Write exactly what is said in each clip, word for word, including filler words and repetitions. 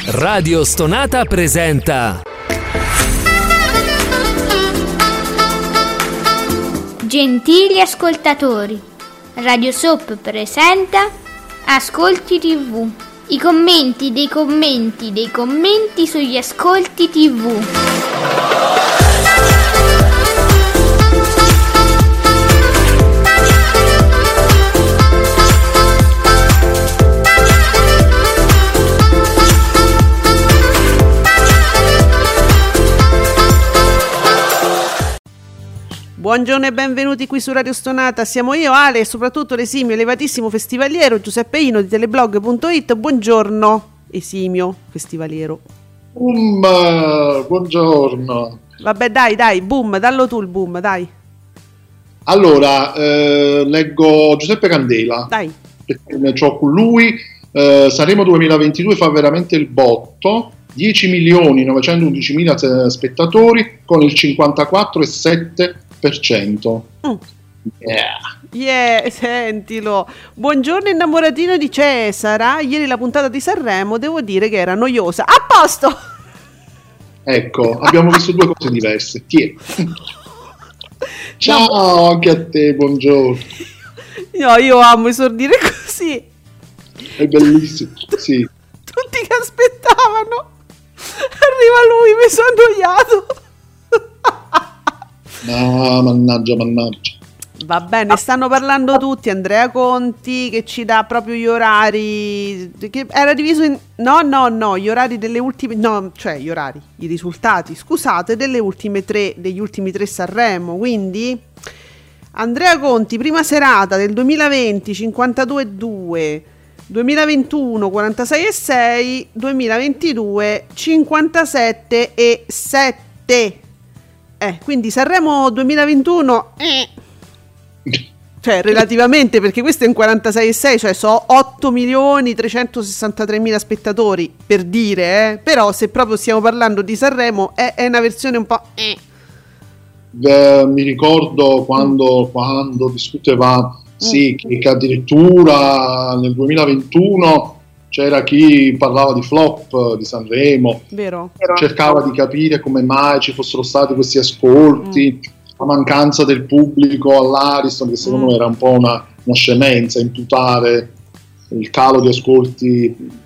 Radio Stonata presenta Gentili ascoltatori, Radio Soap presenta Ascolti tivù. I commenti dei commenti dei commenti sugli ascolti tivù. Buongiorno e benvenuti qui su Radio Stonata, siamo io Ale e soprattutto l'esimio elevatissimo festivaliero Giuseppe Ino di teleblog punto it. Buongiorno esimio festivaliero. Um, buongiorno. Vabbè dai dai, boom, dallo tu il boom, dai. Allora, eh, leggo Giuseppe Candela. Dai. Perché ne c'ho con lui. Eh, Sanremo duemilaventidue fa veramente il botto. dieci milioni novecentoundicimila spettatori con il cinquantaquattro virgola sette per cento. Mm. Yeah. Yeah, sentilo. Buongiorno innamoratino di Cesara. Ieri la puntata di Sanremo devo dire che era noiosa. A posto! Ecco, abbiamo visto due cose diverse. Tiè. Ciao no. Anche a te, buongiorno. No, io amo esordire così. È bellissimo, sì. Tutti che aspettavano. Arriva lui, mi sono annoiato. No, mannaggia, mannaggia. Va bene, stanno parlando tutti. Andrea Conti che ci dà proprio gli orari. Che era diviso in. No, no, no, gli orari delle ultime. No, cioè gli orari, i risultati, scusate, delle ultime tre, degli ultimi tre Sanremo. Quindi Andrea Conti, prima serata del duemilaventi, cinquantadue virgola due. duemilaventuno quarantasei virgola sei, duemilaventidue cinquantasette virgola sette. Eh, quindi Sanremo duemilaventuno eh. Cioè relativamente, perché questo è un quarantasei virgola sei, cioè so otto milioni trecentosessantatremila spettatori, per dire, eh. Però se proprio stiamo parlando di Sanremo è, è una versione un po' eh. Eh, mi ricordo quando, mm. quando discuteva sì, mm. che addirittura nel duemilaventuno c'era chi parlava di flop di Sanremo. Vero. Cercava di capire come mai ci fossero stati questi ascolti, mm. la mancanza del pubblico all'Ariston, che secondo mm. me era un po' una, una scemenza imputare il calo di ascolti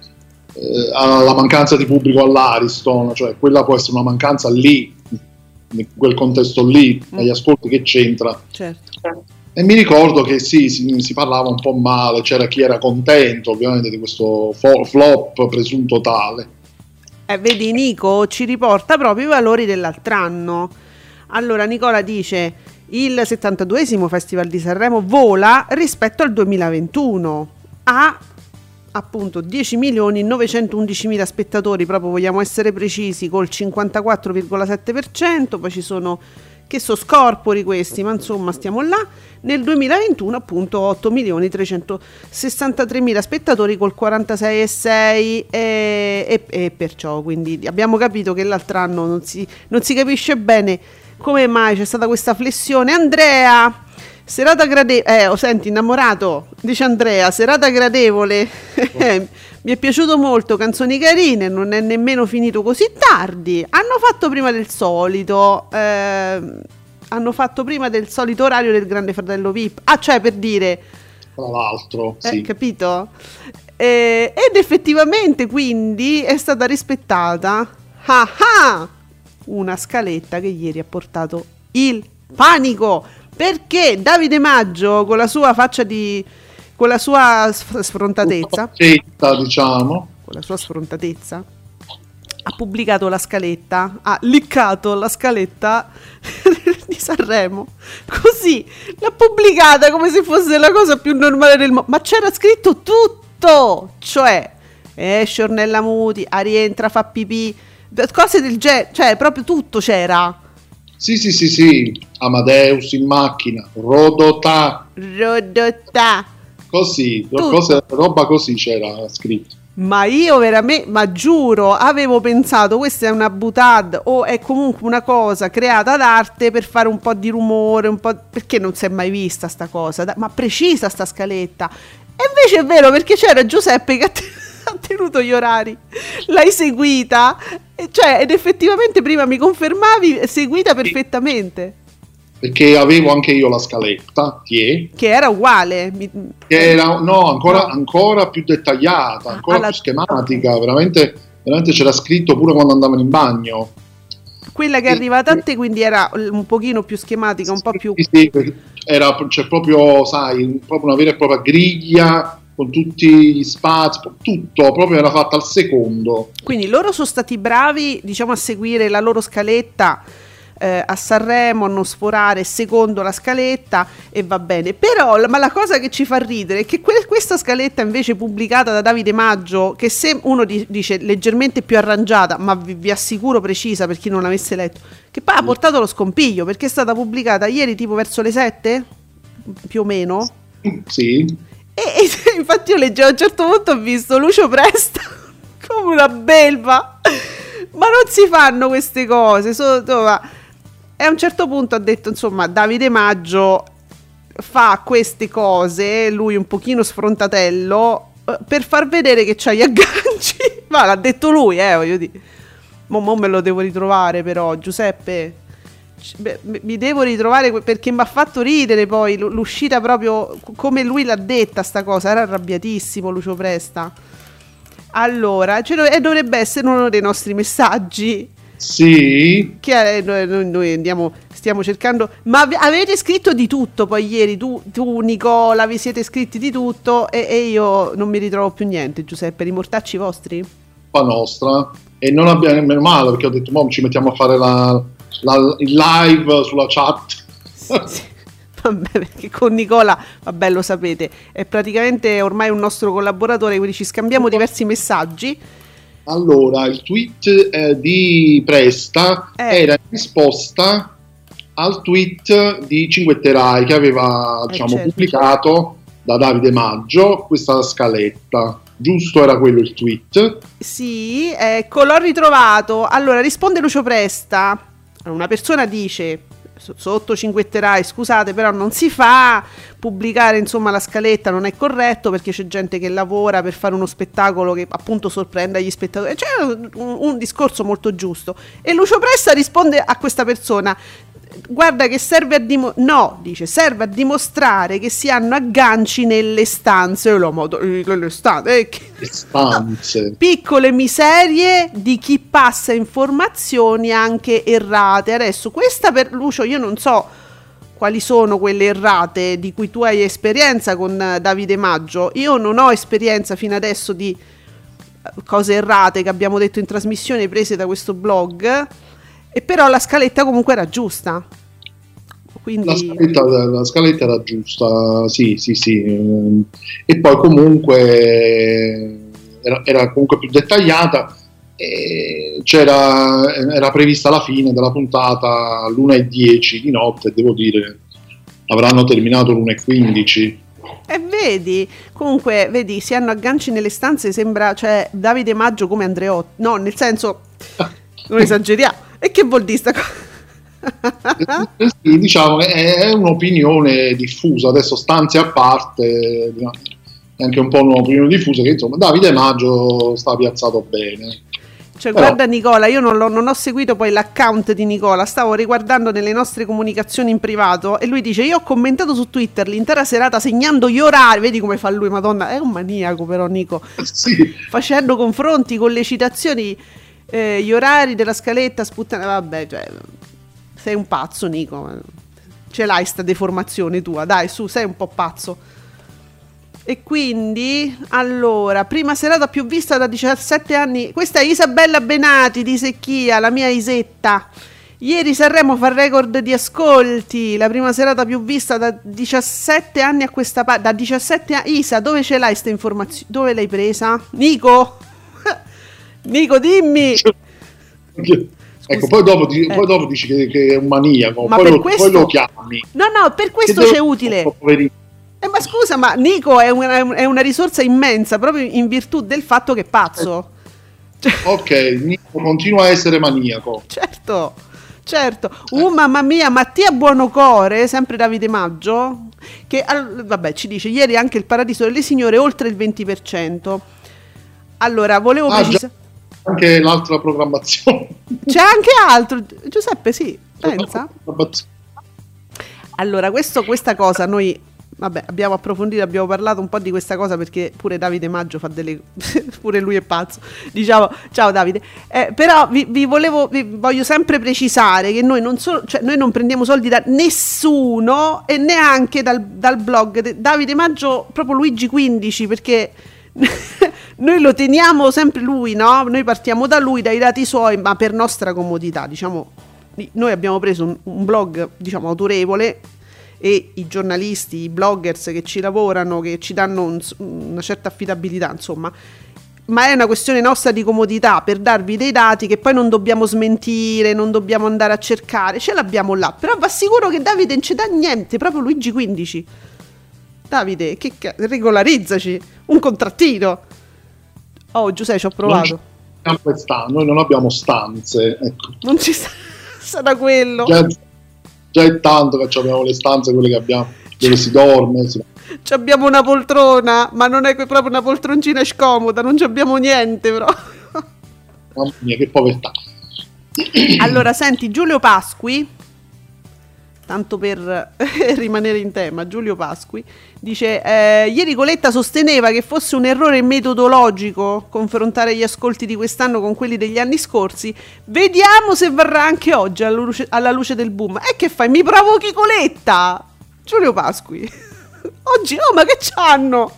eh, alla mancanza di pubblico all'Ariston, cioè quella può essere una mancanza lì, in quel contesto lì, mm. agli ascolti che c'entra. Certo. E mi ricordo che sì, si, si parlava un po' male, c'era chi era contento ovviamente di questo fo- flop presunto tale. Eh, vedi, Nico ci riporta proprio i valori dell'altro anno. Allora Nicola dice: il settantaduesimo Festival di Sanremo vola rispetto al duemilaventuno, a appunto dieci milioni novecentoundicimila spettatori, proprio vogliamo essere precisi, col cinquantaquattro virgola sette per cento. Poi ci sono, che so scorpori questi, ma insomma stiamo là. Nel duemilaventuno appunto otto milioni trecentosessantatremila spettatori col quarantasei virgola sei e, e, e perciò quindi abbiamo capito che l'altro anno non si, non si capisce bene come mai c'è stata questa flessione. Andrea, serata gradevole, eh, oh, senti innamorato, dice Andrea, serata gradevole, mi è piaciuto molto, canzoni carine, non è nemmeno finito così tardi, hanno fatto prima del solito, eh, hanno fatto prima del solito orario del Grande Fratello V I P, ah cioè per dire, tra l'altro, sì. Eh, capito? Eh, ed effettivamente quindi è stata rispettata ah ah, una scaletta che ieri ha portato il panico, perché Davide Maggio con la sua faccia di con la sua sfrontatezza, diciamo, con la sua sfrontatezza ha pubblicato la scaletta, ha liccato la scaletta di Sanremo, così l'ha pubblicata come se fosse la cosa più normale del mondo, ma c'era scritto tutto, cioè esce Ornella Muti, a rientra fa pipì, cose del genere, cioè proprio tutto c'era. Sì, sì, sì, sì, Amadeus in macchina, Rodotà. Rodotà. Così, cose, roba così c'era scritto. Ma io veramente, ma giuro, avevo pensato questa è una boutade o è comunque una cosa creata d'arte per fare un po' di rumore, un po', perché non si è mai vista sta cosa, ma precisa sta scaletta. E invece è vero, perché c'era Giuseppe che ha tenuto gli orari, l'hai seguita, cioè, ed effettivamente prima mi confermavi, è seguita perfettamente. Perché avevo anche io la scaletta, tie, che era uguale, mi... che era no, ancora, ancora più dettagliata, ancora Alla... più schematica, veramente, veramente c'era scritto pure quando andavano in bagno. Quella che è arrivata a te quindi era un pochino più schematica, un po' più... Sì, sì, era, c'è proprio, sai, proprio una vera e propria griglia con tutti gli spazi, tutto, proprio era fatta al secondo. Quindi loro sono stati bravi, diciamo, a seguire la loro scaletta eh, a Sanremo, a non sforare secondo la scaletta e va bene. Però, ma la cosa che ci fa ridere è che que- questa scaletta invece pubblicata da Davide Maggio, che se uno di- dice leggermente più arrangiata, ma vi, vi assicuro precisa per chi non l'avesse letto, che poi ha portato lo scompiglio, perché è stata pubblicata ieri tipo verso le sette, più o meno. Sì. E, e infatti io leggevo, a un certo punto ho visto Lucio Presta come una belva, ma non si fanno queste cose. So, so, ma... E a un certo punto ha detto, insomma, Davide Maggio fa queste cose, lui un pochino sfrontatello, per far vedere che c'ha gli agganci. Ma l'ha detto lui, eh, voglio dire. Mo, mo me lo devo ritrovare però, Giuseppe. Beh, mi devo ritrovare perché mi ha fatto ridere poi l'uscita proprio come lui l'ha detta sta cosa, era arrabbiatissimo Lucio Presta. Allora, cioè, e dovrebbe essere uno dei nostri messaggi. Sì. Che eh, noi, noi andiamo, stiamo cercando. Ma avete scritto di tutto poi ieri, tu, tu Nicola, vi siete scritti di tutto e, e io non mi ritrovo più niente, Giuseppe, i mortacci vostri? La nostra. E non abbiamo nemmeno male perché ho detto, mo ci mettiamo a fare la... La, il live sulla chat. Sì, sì. Vabbè, perché con Nicola, vabbè, lo sapete, è praticamente ormai un nostro collaboratore, quindi ci scambiamo diversi messaggi. Allora, il tweet eh, di Presta eh. era in risposta al tweet di Cinguetterai che aveva, diciamo, eh, certo, pubblicato da Davide Maggio questa scaletta. Giusto, era quello il tweet? Sì, ecco, l'ho ritrovato. Allora, risponde Lucio Presta. Una persona dice sotto Cinguetterai, scusate, però non si fa pubblicare, insomma, la scaletta, non è corretto perché c'è gente che lavora per fare uno spettacolo che appunto sorprenda gli spettatori. C'è un, un discorso molto giusto. E Lucio Presta risponde a questa persona: guarda che serve a dimo- no, dice, serve a dimostrare che si hanno agganci nelle stanze. La modo- nelle stanze, eh, che... stanze. Piccole miserie di chi passa informazioni anche errate. Adesso questa per Lucio, io non so quali sono quelle errate di cui tu hai esperienza con Davide Maggio. Io non ho esperienza fino adesso di cose errate che abbiamo detto in trasmissione prese da questo blog. E però la scaletta comunque era giusta. Quindi... La, scaletta, la scaletta era giusta, sì, sì, sì. E poi comunque era, era comunque più dettagliata. E c'era, era prevista la fine della puntata all'una e dieci di notte, devo dire. Avranno terminato l'una e quindici. E vedi, comunque, vedi, si hanno agganci nelle stanze, sembra, cioè, Davide Maggio come Andreotti. No, nel senso, non esageriamo. E che vuol dire sta cosa? Sì, diciamo, è, è un'opinione diffusa, adesso stanze a parte, è anche un po' un'opinione diffusa che insomma Davide Maggio sta piazzato bene. Cioè, però... guarda Nicola, io non, l'ho, non ho seguito poi l'account di Nicola, stavo riguardando nelle nostre comunicazioni in privato e lui dice: io ho commentato su Twitter l'intera serata segnando gli orari, vedi come fa lui, madonna, è un maniaco però Nico, sì. Facendo confronti con le citazioni. Eh, gli orari della scaletta sputtana, vabbè, cioè, sei un pazzo Nico, ce l'hai sta deformazione tua, dai su, sei un po' pazzo. E quindi, allora, prima serata più vista da diciassette anni, questa è Isabella Benati di Secchia, la mia Isetta. Ieri Sanremo fa record di ascolti, la prima serata più vista da diciassette anni a questa parte, da diciassette anni. Isa, dove ce l'hai sta informazione? Dove l'hai presa? Nico? Nico, dimmi. Ecco, poi dopo, eh. poi dopo dici che, che è un maniaco, ma poi, per lo, questo... poi lo chiami. No, no, per questo c'è utile. Eh, ma scusa, ma Nico è una, è una risorsa immensa proprio in virtù del fatto che è pazzo. Cioè... Ok, Nico continua a essere maniaco. Certo, certo. Uh, mamma mia, Mattia Buonocore, sempre Davide Maggio, che vabbè ci dice ieri anche il Paradiso delle Signore oltre il venti per cento. Allora, volevo ah, precisare... Anche l'altra programmazione. C'è anche altro. Giuseppe, sì, pensa. Allora, questo, questa cosa noi... Vabbè, abbiamo approfondito, abbiamo parlato un po' di questa cosa perché pure Davide Maggio fa delle... pure lui è pazzo. Diciamo, ciao Davide. Eh, però vi, vi volevo, vi voglio sempre precisare che noi non, so, cioè, noi non prendiamo soldi da nessuno e neanche dal, dal blog de Davide Maggio, proprio Luigi quindici, perché noi lo teniamo sempre lui, no? Noi partiamo da lui, dai dati suoi, ma per nostra comodità, diciamo. Noi abbiamo preso un, un blog, diciamo, autorevole, e i giornalisti, i bloggers che ci lavorano, che ci danno un, una certa affidabilità, insomma, ma è una questione nostra di comodità, per darvi dei dati che poi non dobbiamo smentire, non dobbiamo andare a cercare, ce l'abbiamo là. Però vi assicuro che Davide non ci dà niente, proprio Luigi quindici. Davide, che ca- regolarizzaci un contrattino. Oh, Giuseppe, ci ho provato. Non ci sta, noi non abbiamo stanze, ecco. Non ci sta, sarà quello. Già, già è tanto che abbiamo le stanze, quelle che abbiamo, dove si dorme. Si... Ci abbiamo una poltrona, ma non è proprio una poltroncina scomoda, non ci abbiamo niente, però. Mamma mia, che povertà. Allora, senti, Giulio Pasqui, tanto per rimanere in tema, Giulio Pasqui dice: eh, ieri Coletta sosteneva che fosse un errore metodologico confrontare gli ascolti di quest'anno con quelli degli anni scorsi. Vediamo se varrà anche oggi alla luce, alla luce del boom. E che fai? Mi provochi, Coletta? Giulio Pasqui oggi, oh, ma che c'hanno?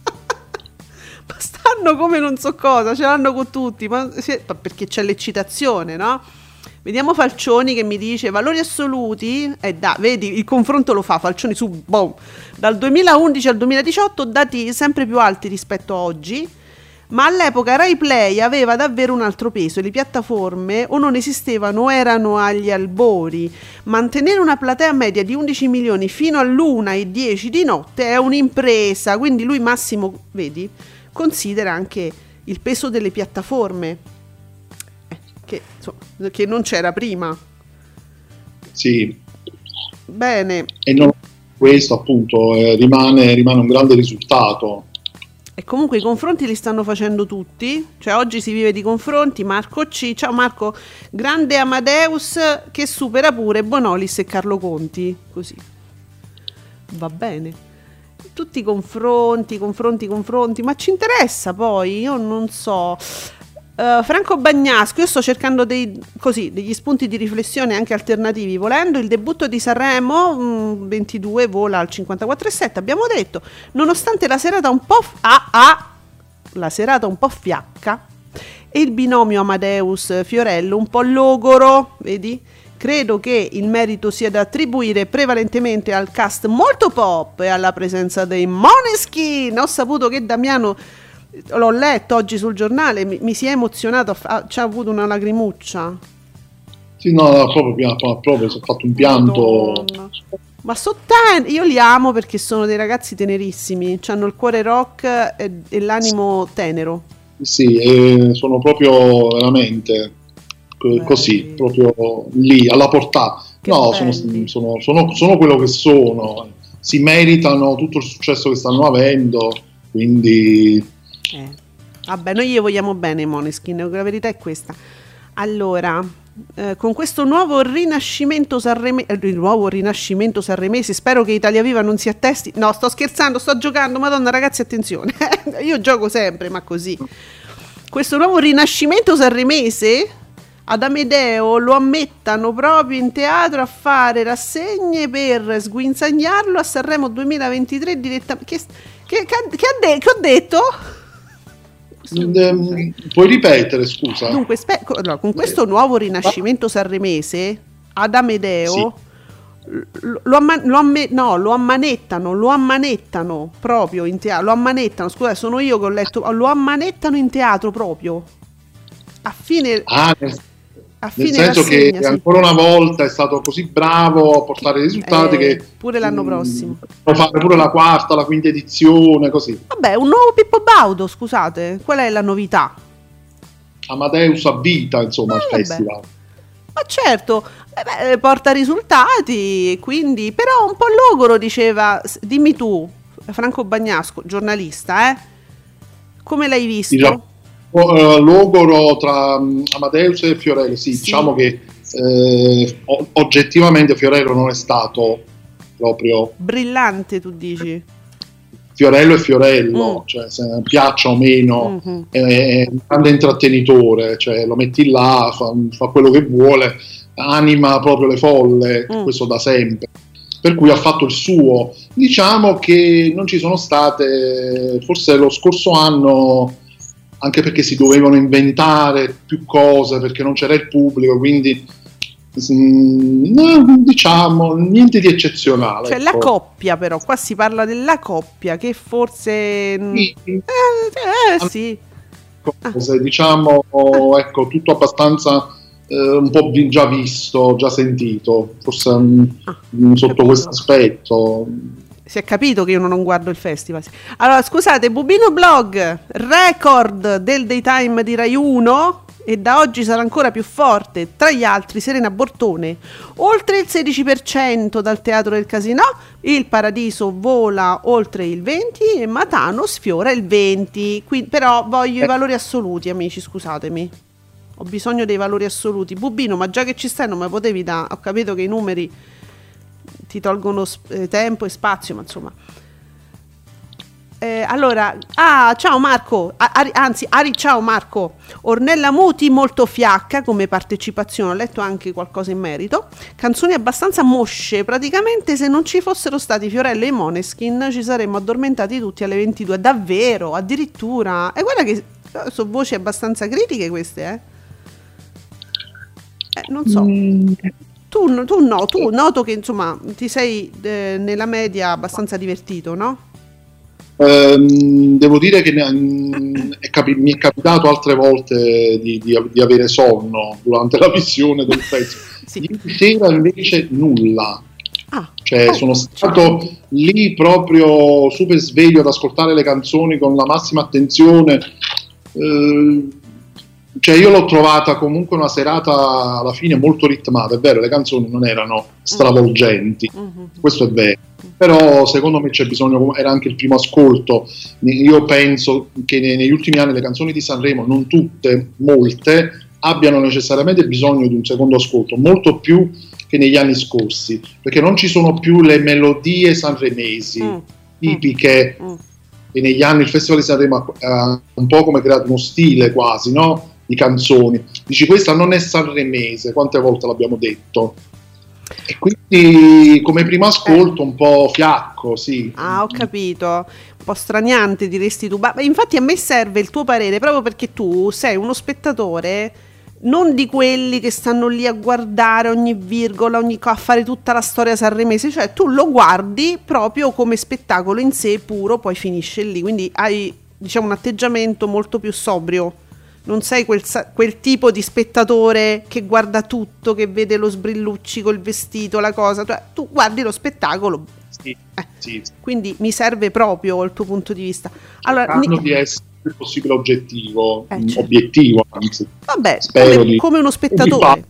Ma stanno come non so cosa, ce l'hanno con tutti, ma perché c'è l'eccitazione, no? Vediamo Falcioni che mi dice valori assoluti, e eh, da, vedi, il confronto lo fa Falcioni su, boom, dal duemilaundici al duemiladiciotto, dati sempre più alti rispetto a oggi, ma all'epoca Rai Play aveva davvero un altro peso, le piattaforme o non esistevano o erano agli albori. Mantenere una platea media di undici milioni fino all'una e dieci di notte è un'impresa, quindi lui Massimo, vedi, considera anche il peso delle piattaforme. Che, insomma, che non c'era prima. Sì. Bene. E non questo appunto eh, rimane, rimane un grande risultato. E comunque i confronti li stanno facendo tutti, cioè oggi si vive di confronti. Marco C, ciao Marco, grande Amadeus che supera pure Bonolis e Carlo Conti, così va bene. Tutti confronti, confronti, confronti, ma ci interessa poi? Io non so. Uh, Franco Bagnasco, io sto cercando dei, così, degli spunti di riflessione anche alternativi, volendo. Il debutto di Sanremo mh, ventidue vola al cinquantaquattro virgola sette, abbiamo detto, nonostante la serata un po' f- ah, ah, la serata un po' fiacca e il binomio Amadeus Fiorello un po' logoro, vedi? Credo che il merito sia da attribuire prevalentemente al cast molto pop e alla presenza dei Måneskin. Ho saputo che Damiano, l'ho letto oggi sul giornale, mi, mi si è emozionato, ha, ci ha avuto una lacrimuccia. Sì, no, no, proprio, proprio si è fatto un pianto. Madonna. Ma so ten- io li amo perché sono dei ragazzi tenerissimi, hanno il cuore rock e, e l'animo tenero. Sì, e sono proprio veramente Beh, così, proprio lì, alla portata. No, sono, sono, sono, sono quello che sono, si meritano tutto il successo che stanno avendo, quindi... Eh. Vabbè, noi gli vogliamo bene i Måneskin, la verità è questa. Allora, eh, con questo nuovo rinascimento sanremese, il nuovo rinascimento sanremese, spero che Italia Viva non si attesti. No, sto scherzando, sto giocando, madonna ragazzi, attenzione. Io gioco sempre, ma così. Questo nuovo rinascimento sanremese, ad Amedeo lo ammettano proprio in teatro a fare rassegne per sguinzagnarlo a Sanremo duemilaventitré direttamente. Che, che, che, che, ha de- che ho detto? Eh, puoi ripetere, scusa? Dunque, spe- allora, con questo nuovo rinascimento sanremese ad Amedeo sì. lo, lo, amma- lo, amme- no, lo ammanettano, lo ammanettano proprio in teatro, lo ammanettano, scusa, sono io che ho letto, lo ammanettano in teatro proprio a fine ah, nel, a fine nel senso rassegna, che sì. ancora una volta è stato così bravo a portare i risultati eh, che pure l'anno mh, prossimo può fare pure la quarta, la quinta edizione, così. Vabbè, un nuovo Pippo Baudo, scusate, qual è la novità? Amadeus a vita, insomma, eh, il festival. Ma certo, eh beh, porta risultati, quindi, però un po' logoro, diceva, dimmi tu, Franco Bagnasco, giornalista, eh? Come l'hai visto? Diciamo, uh, logoro tra um, Amadeus e Fiorello, sì, Sì. diciamo che eh, o- oggettivamente Fiorello non è stato proprio Brillante, tu dici? Fiorello e Fiorello, Mm. cioè se piaccia o meno, Mhm. è un grande intrattenitore, cioè lo metti là, fa, fa quello che vuole, anima proprio le folle, Mm. questo da sempre. Per cui ha fatto il suo. Diciamo che non ci sono state, forse lo scorso anno, anche perché si dovevano inventare più cose, perché non c'era il pubblico, quindi mm, no, diciamo niente di eccezionale. Cioè ecco. la coppia, però, qua si parla della coppia che forse... mm, Sì, Eh, eh, sì. cose, diciamo, ecco, tutto abbastanza eh, un po' vi- già visto, già sentito, forse mm, Ah, mm, sotto capito. questo aspetto. Si è capito che io non guardo il festival. Allora, scusate, Bubino Blog, record del daytime di Rai uno e da oggi sarà ancora più forte. Tra gli altri Serena Bortone, oltre il sedici per cento dal Teatro del Casino, il Paradiso vola oltre il venti e Matano sfiora il venti. Qui, però voglio i valori assoluti, amici, scusatemi. Ho bisogno dei valori assoluti. Bubino, ma già che ci stai non mi potevi dare? Ho capito che i numeri ti tolgono sp- eh, tempo e spazio, ma insomma. Eh, allora, ah, ciao Marco, A- Ari- anzi, Ari, ciao Marco. Ornella Muti molto fiacca come partecipazione, ho letto anche qualcosa in merito. Canzoni abbastanza mosce, praticamente se non ci fossero stati Fiorello e i Måneskin ci saremmo addormentati tutti alle ventidue, davvero, addirittura. E guarda che sono voci abbastanza critiche queste, eh. Eh, non so. Mm, Tu, tu no, tu noto che insomma ti sei eh, nella media abbastanza divertito, no? ehm, devo dire che ne- mm, è capi- mi è capitato altre volte di, di- di avere sonno durante la visione del pezzo. Sì. Ieri sera invece nulla. Ah, Cioè, oh, sono stato lì proprio super sveglio ad ascoltare le canzoni con la massima attenzione. Eh, cioè, io l'ho trovata comunque una serata alla fine molto ritmata. È vero, le canzoni non erano stravolgenti, mhm. questo è vero. Però secondo me c'è bisogno, era anche il primo ascolto. Io penso che ne- negli ultimi anni le canzoni di Sanremo, non tutte, molte, abbiano necessariamente bisogno di un secondo ascolto, molto più che negli anni scorsi, perché non ci sono più le melodie sanremesi Mm, tipiche, mm. e negli anni il Festival di Sanremo ha eh, un po' come creato uno stile quasi, no? Di canzoni. Dici, questa non è sanremese, quante volte l'abbiamo detto? E quindi come primo ascolto un po' fiacco, sì. Ah, ho capito. Un po' straniante diresti tu. Ma infatti a me serve il tuo parere proprio perché tu sei uno spettatore non di quelli che stanno lì a guardare ogni virgola, ogni co- a fare tutta la storia sanremese, cioè tu lo guardi proprio come spettacolo in sé puro, poi finisce lì, quindi hai, diciamo, un atteggiamento molto più sobrio. Non sei quel, sa- quel tipo di spettatore che guarda tutto, che vede lo sbrillucci col vestito, la cosa, cioè, tu guardi lo spettacolo. Sì, Eh, sì, sì. quindi mi serve proprio il tuo punto di vista. Allora, Cercando Ni- di essere il possibile oggettivo, Eh, certo. obiettivo anzi. vabbè, spero come, di- come uno di spettatore.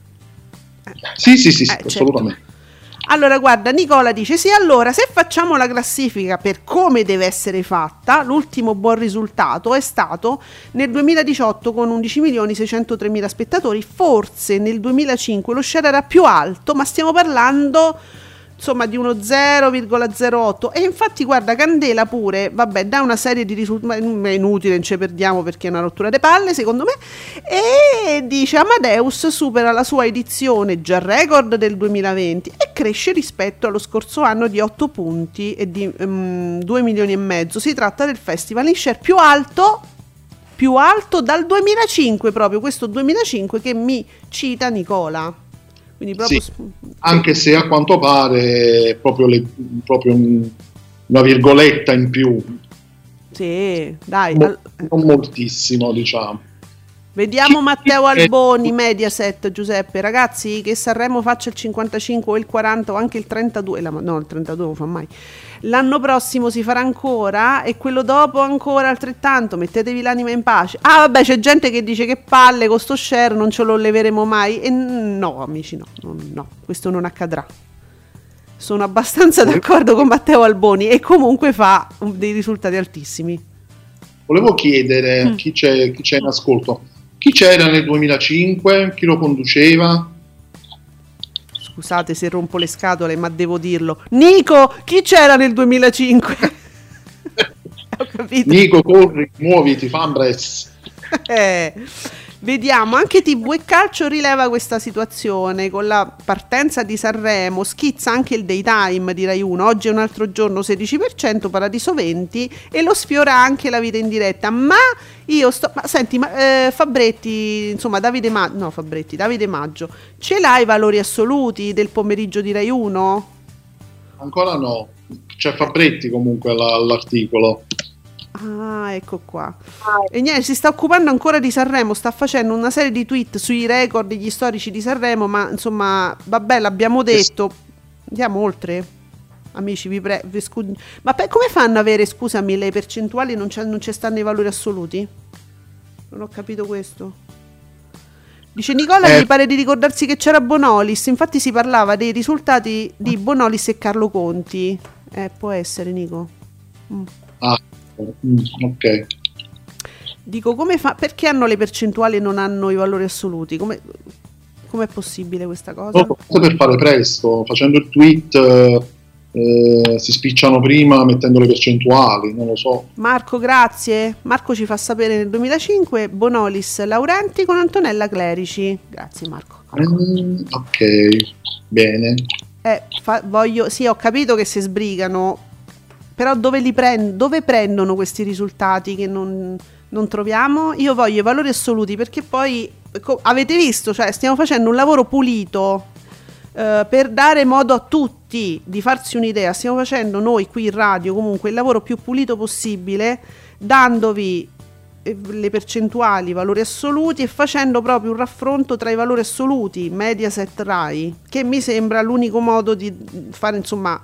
Sì, sì, sì, sì, Eh, certo. assolutamente. Allora, guarda, Nicola dice: sì, allora, se facciamo la classifica per come deve essere fatta, l'ultimo buon risultato è stato nel duemiladiciotto con undici milioni seicentotre mila spettatori. Forse nel duemilacinque lo share era più alto, ma stiamo parlando insomma di uno zero virgola zero otto. E infatti guarda, Candela pure, vabbè, dà una serie di risultati, è inutile, non ci perdiamo perché è una rottura di palle secondo me, e dice Amadeus supera la sua edizione già record del duemilaventi e cresce rispetto allo scorso anno di otto punti e di um, due milioni e mezzo. Si tratta del festival in share più alto più alto dal duemilacinque, proprio questo duemilacinque che mi cita Nicola. Quindi proprio Sì, anche se a quanto pare è proprio, le, proprio un- una virgoletta in più, sì, dai. Mo- al- non moltissimo, diciamo. Vediamo Chi- Matteo chi- Alboni, Mediaset, Giuseppe. Ragazzi, che Sanremo faccia il cinquantacinque o il quaranta o anche il trentadue, la- no, il trentadue non fa mai. L'anno prossimo si farà ancora e quello dopo ancora altrettanto. Mettetevi l'anima in pace. Ah, vabbè, c'è gente che dice che palle con sto share, non ce lo leveremo mai. E no, amici, no, no, no, questo non accadrà. Sono abbastanza d'accordo con Matteo Alboni e comunque fa dei risultati altissimi. volevo chiedere Mm. chi c'è, chi c'è in ascolto, chi c'era nel duemilacinque, chi lo conduceva? Scusate se rompo le scatole, ma devo dirlo. Nico, chi c'era nel duemilacinque? Ho capito. Nico, corri, muoviti, Fambres. Eh, vediamo, anche tivù e Calcio rileva questa situazione. Con la partenza di Sanremo schizza anche il daytime di Rai uno. Oggi è un altro giorno, sedici per cento, Paradiso venti, e lo sfiora anche la vita in diretta. Ma io sto, ma senti, ma, eh, Fabretti, insomma Davide Maggio, no Fabretti, Davide Maggio, ce l'hai i valori assoluti del pomeriggio di Rai uno? Ancora no, c'è Fabretti comunque alla- all'articolo. Ah, ecco qua. E niente, si sta occupando ancora di Sanremo, sta facendo una serie di tweet sui record degli storici di Sanremo, ma insomma, vabbè, l'abbiamo detto. Andiamo oltre? Amici, vi prego. Ma pe- come fanno ad avere, scusami, le percentuali non, c'è, non ci stanno i valori assoluti? Non ho capito questo. Dice Nicola, Eh. mi pare di ricordarsi che c'era Bonolis, infatti si parlava dei risultati di Bonolis e Carlo Conti. Eh, può essere, Nico. Mm. Ah, mm, ok. Dico, come fa? Perché hanno le percentuali e non hanno i valori assoluti? Come com'è possibile questa cosa? No, forse per fare presto, facendo il tweet eh, si spicciano prima mettendo le percentuali, non lo so. Marco, grazie. Marco ci fa sapere nel duemilacinque Bonolis Laurenti con Antonella Clerici. Grazie Marco. Mm, ok, bene. Eh, fa- voglio, sì, ho capito che si sbrigano, però dove li prend- dove prendono questi risultati che non, non troviamo? Io voglio i valori assoluti, perché poi co- avete visto, cioè stiamo facendo un lavoro pulito eh, per dare modo a tutti di farsi un'idea. Stiamo facendo noi qui in radio comunque il lavoro più pulito possibile, dandovi eh, le percentuali, i valori assoluti, e facendo proprio un raffronto tra i valori assoluti Mediaset Rai, che mi sembra l'unico modo di fare, insomma,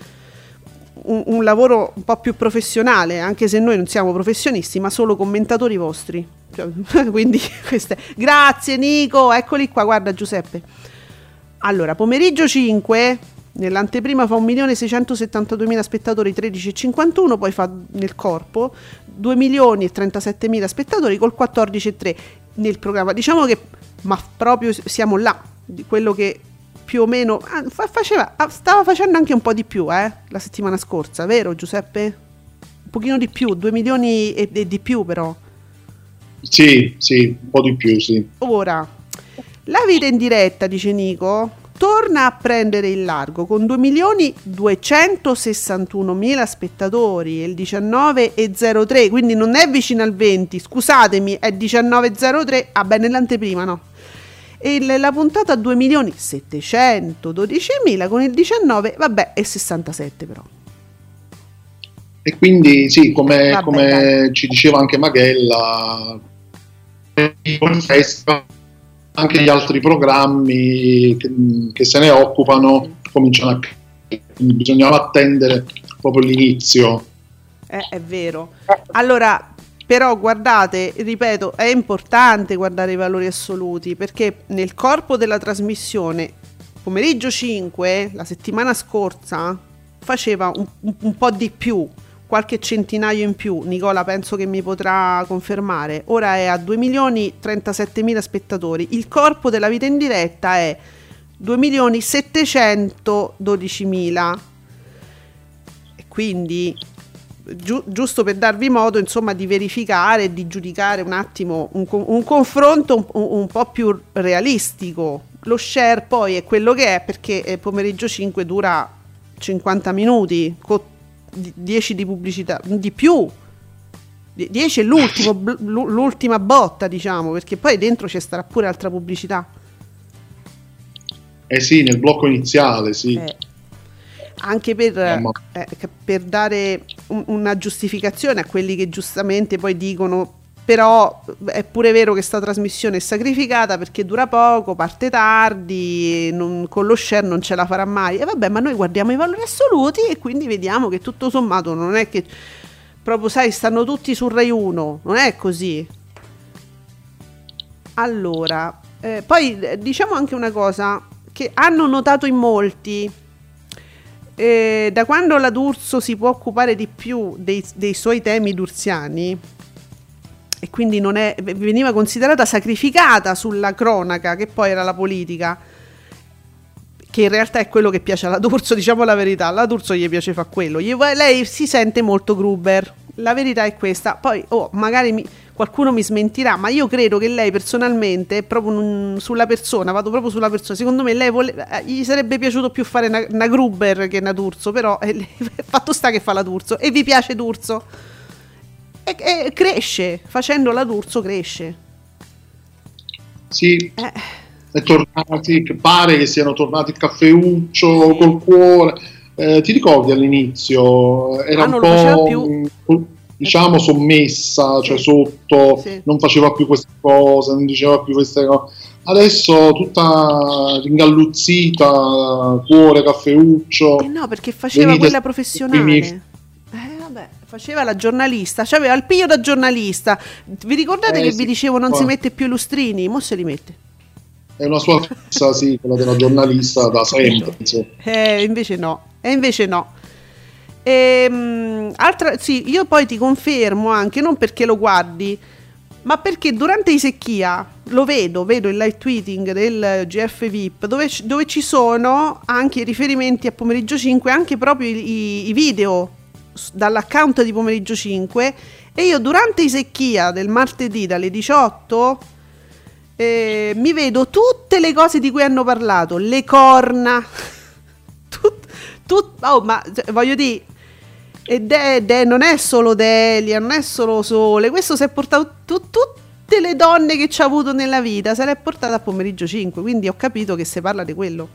un, un lavoro un po' più professionale, anche se noi non siamo professionisti, ma solo commentatori vostri. Cioè, quindi queste. Grazie Nico, eccoli qua, guarda Giuseppe. Allora, pomeriggio cinque, nell'anteprima fa un milione seicentosettantaduemila spettatori, tredici virgola cinquantuno, poi fa nel corpo due milioni e trentasettemila spettatori col quattordici virgola tre nel programma. Diciamo che, ma proprio siamo là, di quello che più o meno ah, fa- faceva, ah, stava facendo anche un po' di più eh, la settimana scorsa, vero Giuseppe? Un pochino di più, due milioni e, e di più però. Sì, sì, un po' di più, sì. Ora, la vita in diretta, dice Nico, torna a prendere il largo con due milioni duecentosessantunomila spettatori, il diciannove virgola zero tre, quindi non è vicino al venti, scusatemi, è diciannove virgola zero tre, ah beh, nell'anteprima no. E il- la puntata a due milioni settecentododicimila con il diciannove, vabbè, è sessantasette però. E quindi sì, come, Vabbè, come dai. ci diceva anche Maghella, il festival, anche gli altri programmi che, che se ne occupano cominciano a quindi bisognava attendere proprio l'inizio. Eh, è vero. Allora, però guardate, ripeto, è importante guardare i valori assoluti, perché nel corpo della trasmissione pomeriggio cinque, la settimana scorsa, faceva un, un, un po' di più, qualche centinaio in più. Nicola penso che mi potrà confermare. Ora è a due milioni trentasettemila spettatori. Il corpo della vita in diretta è due milioni settecentododicimila. E quindi giu- giusto per darvi modo, insomma, di verificare e di giudicare un attimo un, co- un confronto un, un po' più realistico. Lo share poi è quello che è, perché eh, pomeriggio cinque dura cinquanta minuti con dieci di pubblicità, di più, dieci è l'ultimo, bl- l'ultima botta, diciamo, perché poi dentro ci starà pure altra pubblicità. Eh sì, nel blocco iniziale, sì. Eh, anche per, Eh, ma- eh, per dare un- una giustificazione a quelli che giustamente poi dicono però è pure vero che sta trasmissione è sacrificata perché dura poco, parte tardi, non, con lo share non ce la farà mai. E vabbè, ma noi guardiamo i valori assoluti e quindi vediamo che tutto sommato non è che proprio, sai, stanno tutti su Rai uno, non è così. Allora, eh, poi eh, diciamo anche una cosa che hanno notato in molti. Eh, da quando la D'Urso si può occupare di più dei, dei suoi temi d'ursiani, e quindi non è, veniva considerata sacrificata sulla cronaca, che poi era la politica, che in realtà è quello che piace alla D'Urso, diciamo la verità, alla D'Urso gli piace fa quello, gli, lei si sente molto Gruber, la verità è questa. Poi oh, magari mi, qualcuno mi smentirà, ma io credo che lei personalmente, proprio un, sulla persona, vado proprio sulla persona, secondo me lei vole, eh, gli sarebbe piaciuto più fare una, una Gruber che una D'Urso, però eh, fatto sta che fa la D'Urso e vi piace D'Urso e, e cresce, facendo la D'Urso cresce. Sì, eh. è tornati, che pare che siano tornati il caffeuccio sì. col cuore. Eh, ti ricordi all'inizio? Era ah, un non po' lo faceva più. diciamo sommessa, sì. cioè sotto, sì. non faceva più queste cose, non diceva più queste cose. Adesso tutta ringalluzzita, cuore, caffeuccio. Eh no, perché faceva quella professionale. Eh vabbè, faceva la giornalista, cioè aveva il piglio da giornalista. Vi ricordate eh, che sì. vi dicevo non Ma... si mette più i lustrini? Mo se li mette. È una sua fissa, sì, quella della giornalista da sempre. Eh, invece no, e invece no. Ehm, altra, sì, io poi ti confermo anche, non perché lo guardi, ma perché durante i Secchia lo vedo, vedo il live tweeting del G F V I P dove, dove ci sono anche i riferimenti a Pomeriggio cinque, anche proprio i, i video dall'account di Pomeriggio cinque, e io durante i Secchia del martedì dalle diciotto eh, mi vedo tutte le cose di cui hanno parlato, le corna, tut, tut, oh, ma cioè, voglio dire, e de, de, non è solo Delia, non è solo Sole, questo si è portato tu, tutte le donne che ci ha avuto nella vita, se le è portata a Pomeriggio cinque, quindi ho capito che si parla di quello.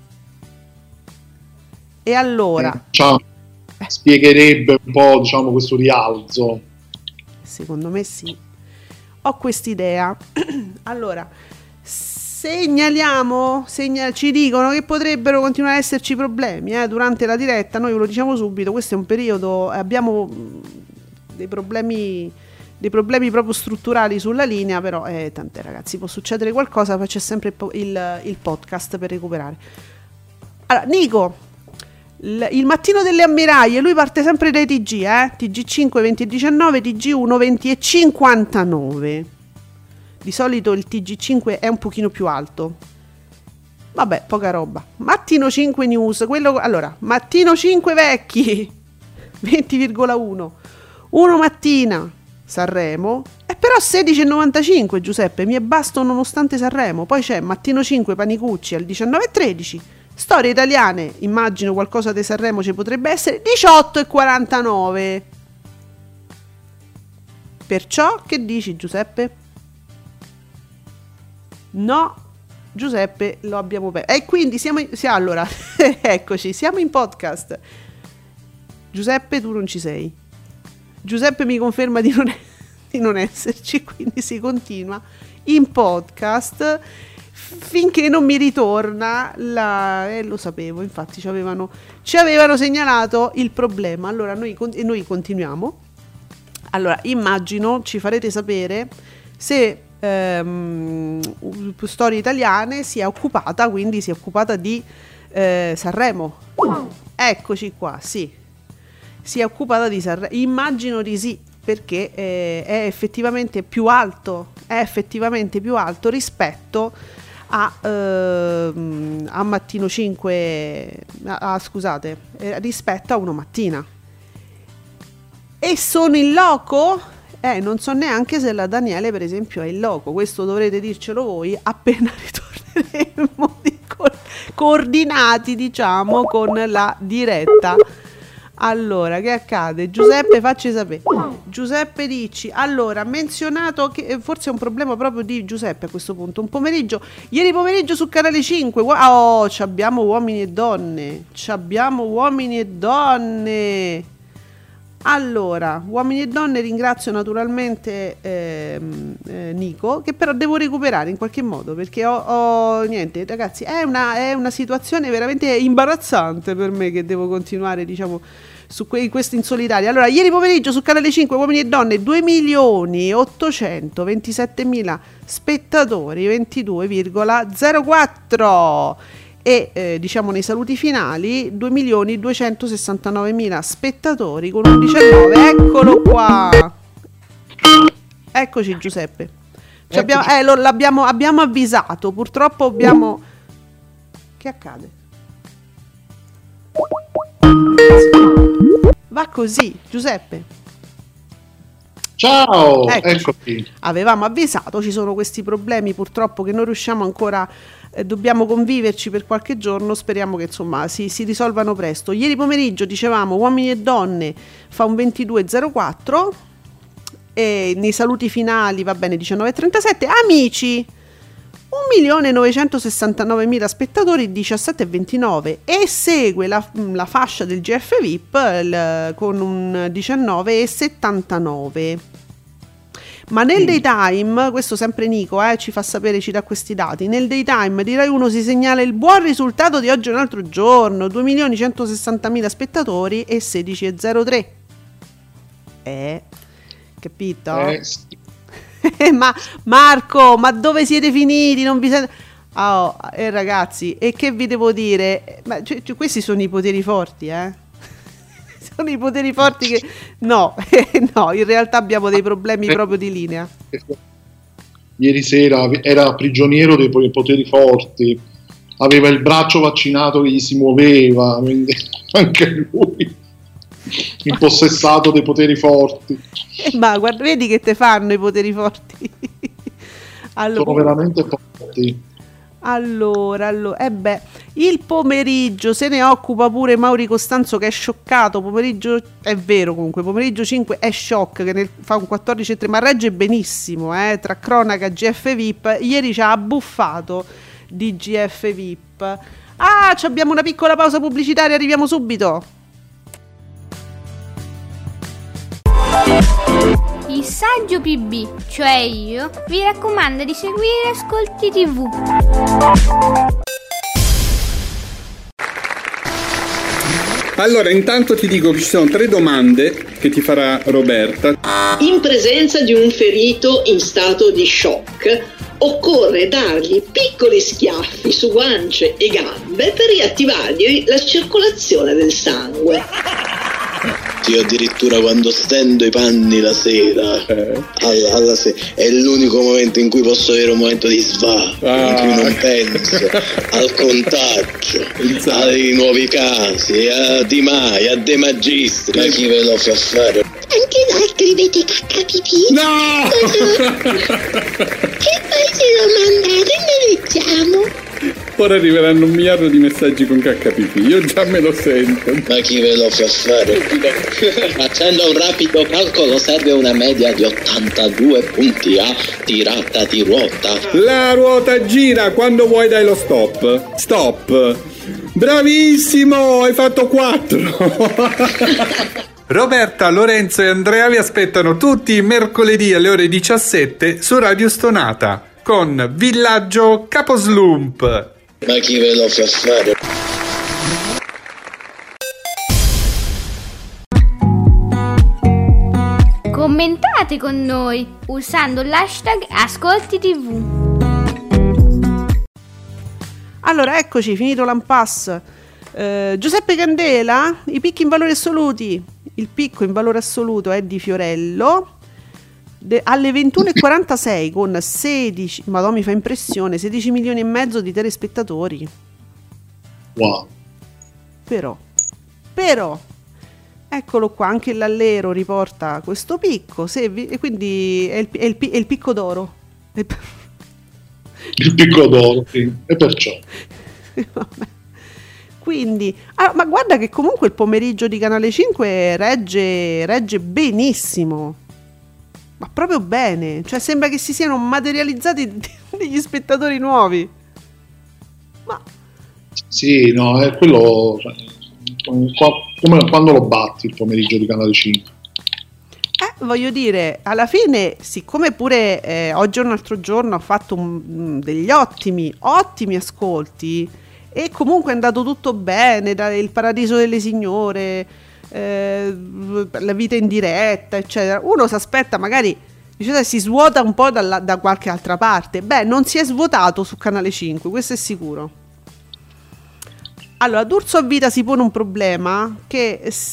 E allora eh, ciao. Eh. Spiegherebbe un po', diciamo, questo rialzo. Secondo me sì, ho quest'idea. Allora, segnaliamo, segnal- ci dicono che potrebbero continuare ad esserci problemi eh, durante la diretta, noi ve lo diciamo subito, questo è un periodo, abbiamo dei problemi, dei problemi proprio strutturali sulla linea, però eh, tant'è ragazzi, può succedere qualcosa, c'è sempre il, po- il, il podcast per recuperare. Allora, Nico, il, il mattino delle ammiraglie, lui parte sempre dai T G, eh? T G cinque venti e diciannove, T G uno venti e cinquantanove. Di solito il T G cinque è un pochino più alto. Vabbè, poca roba. Mattino cinque News, quello, allora, Mattino cinque vecchi, venti virgola uno. Uno mattina, Sanremo, e però sedici virgola novantacinque, Giuseppe, mi è basto nonostante Sanremo. Poi c'è Mattino cinque Panicucci al diciannove virgola tredici. Storie italiane, immagino qualcosa di Sanremo ci potrebbe essere, diciotto virgola quarantanove. Perciò, che dici Giuseppe? No, Giuseppe, lo abbiamo perso. E quindi siamo in, sì, allora, eccoci, siamo in podcast. Giuseppe, tu non ci sei. Giuseppe mi conferma di non, di non esserci, quindi si continua in podcast finché non mi ritorna la... Eh, lo sapevo, infatti ci avevano, ci avevano segnalato il problema. Allora noi, noi continuiamo. Allora, immagino ci farete sapere se Ehm, Storie Italiane si è occupata, quindi si è occupata di eh, Sanremo. Eccoci qua, sì, si è occupata di Sanremo, immagino di sì, perché eh, è effettivamente più alto, è effettivamente più alto rispetto a, ehm, a Mattino cinque, a, a, scusate, eh, rispetto a Uno Mattina. E sono in loco? Eh, non so neanche se la Daniele, per esempio, è in loco. Questo dovrete dircelo voi appena ritorneremo di co- coordinati, diciamo, con la diretta. Allora, che accade? Giuseppe, facci sapere. Giuseppe Ricci. Allora, menzionato che forse è un problema proprio di Giuseppe a questo punto. Un pomeriggio, ieri pomeriggio su Canale cinque. Oh, c'abbiamo uomini e donne. C'abbiamo uomini e donne. Allora, uomini e donne, ringrazio naturalmente ehm, eh, Nico, che però devo recuperare in qualche modo, perché ho, ho niente, ragazzi, è una, è una situazione veramente imbarazzante per me, che devo continuare, diciamo, su que- questo in solitaria. Allora, ieri pomeriggio su Canale cinque, uomini e donne, due milioni ottocentoventisettemila spettatori, ventidue virgola zero quattro. E eh, diciamo nei saluti finali due milioni duecentosessantanovemila spettatori con un diciannove. Eccolo qua. Eccoci Giuseppe. Ci abbiamo, eh, lo, l'abbiamo abbiamo avvisato, purtroppo abbiamo... Che accade? Va così, Giuseppe. Ciao, Eccoci. eccoci. Avevamo avvisato, ci sono questi problemi purtroppo che non riusciamo ancora, eh, dobbiamo conviverci per qualche giorno, speriamo che insomma si, si risolvano presto. Ieri pomeriggio dicevamo Uomini e Donne fa un ventidue e zero quattro e nei saluti finali va bene diciannove e trentasette. Amici, un milione novecentosessantanovemila spettatori, diciassette e ventinove, e segue la, la fascia del G F V I P il, con un diciannove e settantanove. Ma nel daytime, questo sempre Nico eh, ci fa sapere, ci dà questi dati, nel daytime di Rai uno si segnala il buon risultato di Oggi è un altro giorno, due milioni centosessantamila spettatori e sedici e zero tre. Eh, capito? Eh, sì. Ma Marco, ma dove siete finiti? Non vi sento... Oh, eh, ragazzi, e che vi devo dire? Ma cioè, cioè, questi sono i poteri forti, eh? Sono i poteri forti che... No, no, in realtà abbiamo dei problemi proprio di linea. Ieri sera era prigioniero dei poteri forti, aveva il braccio vaccinato che gli si muoveva, quindi anche lui impossessato dei poteri forti. Eh, ma guarda, vedi che te fanno i poteri forti. Allora, sono veramente forti. Allora, allora, eh beh, il pomeriggio se ne occupa pure Mauri Costanzo che è scioccato. Pomeriggio, è vero comunque, pomeriggio cinque è shock che nel, fa un quattordici e tre, ma regge benissimo, eh, tra cronaca G F V I P. Ieri ci ha abbuffato di G F V I P. Ah, ci abbiamo una piccola pausa pubblicitaria, arriviamo subito. Il saggio P B, cioè io, vi raccomanda di seguire Ascolti tivù. Allora, intanto ti dico che ci sono tre domande che ti farà Roberta. In presenza di un ferito in stato di shock, occorre dargli piccoli schiaffi su guance e gambe per riattivargli la circolazione del sangue. Io addirittura quando stendo i panni la sera, Eh. alla, alla se- è l'unico momento in cui posso avere un momento di svago, Ah. in cui non penso al contagio, Esatto. ai nuovi casi, a Di Maio, a De Magistri, ma chi ve lo fa fare? Anche noi scrivete cacca pipì. No! E poi ce lo mandate e ne leggiamo. Ora arriveranno un miliardo di messaggi con H P P, io già me lo sento. Ma chi ve lo fa fare? Facendo un rapido calcolo serve una media di ottantadue punti a tirata di ruota. La ruota gira, quando vuoi dai lo stop. Stop. Bravissimo, hai fatto quattro. Roberta, Lorenzo e Andrea vi aspettano tutti i mercoledì alle ore diciassette su Radio Stonata con Villaggio Caposlump. Ma chi ve lo fa fare? Commentate con noi usando l'hashtag Ascolti tivù. Allora, eccoci, finito l'Ampass. Eh, Giuseppe Candela, i picchi in valori assoluti. Il picco in valore assoluto è di Fiorello de- alle ventuno e quarantasei con sedici, madonna mi fa impressione, sedici milioni e mezzo di telespettatori. Wow. Però, però, eccolo qua, anche l'Allero riporta questo picco, se vi- e quindi è il, è il pi- è il picco d'oro. È- Il picco d'oro, sì. E perciò. Vabbè. Quindi, ah, ma guarda che comunque il pomeriggio di Canale cinque regge, regge benissimo, ma proprio bene, cioè sembra che si siano materializzati degli spettatori nuovi. Ma Sì, no, è quello. Cioè, qua- come quando lo batti il pomeriggio di Canale cinque. eh, voglio dire, alla fine, siccome pure eh, Oggi è un altro giorno ha fatto un- degli ottimi, ottimi ascolti, e comunque è andato tutto bene, da Il Paradiso delle Signore, eh, La vita in diretta, eccetera, uno si aspetta magari, dice, dai, si svuota un po' dalla- da qualche altra parte. Beh, non si è svuotato su Canale cinque, questo è sicuro. Allora, D'Urso a Vita si pone un problema che s-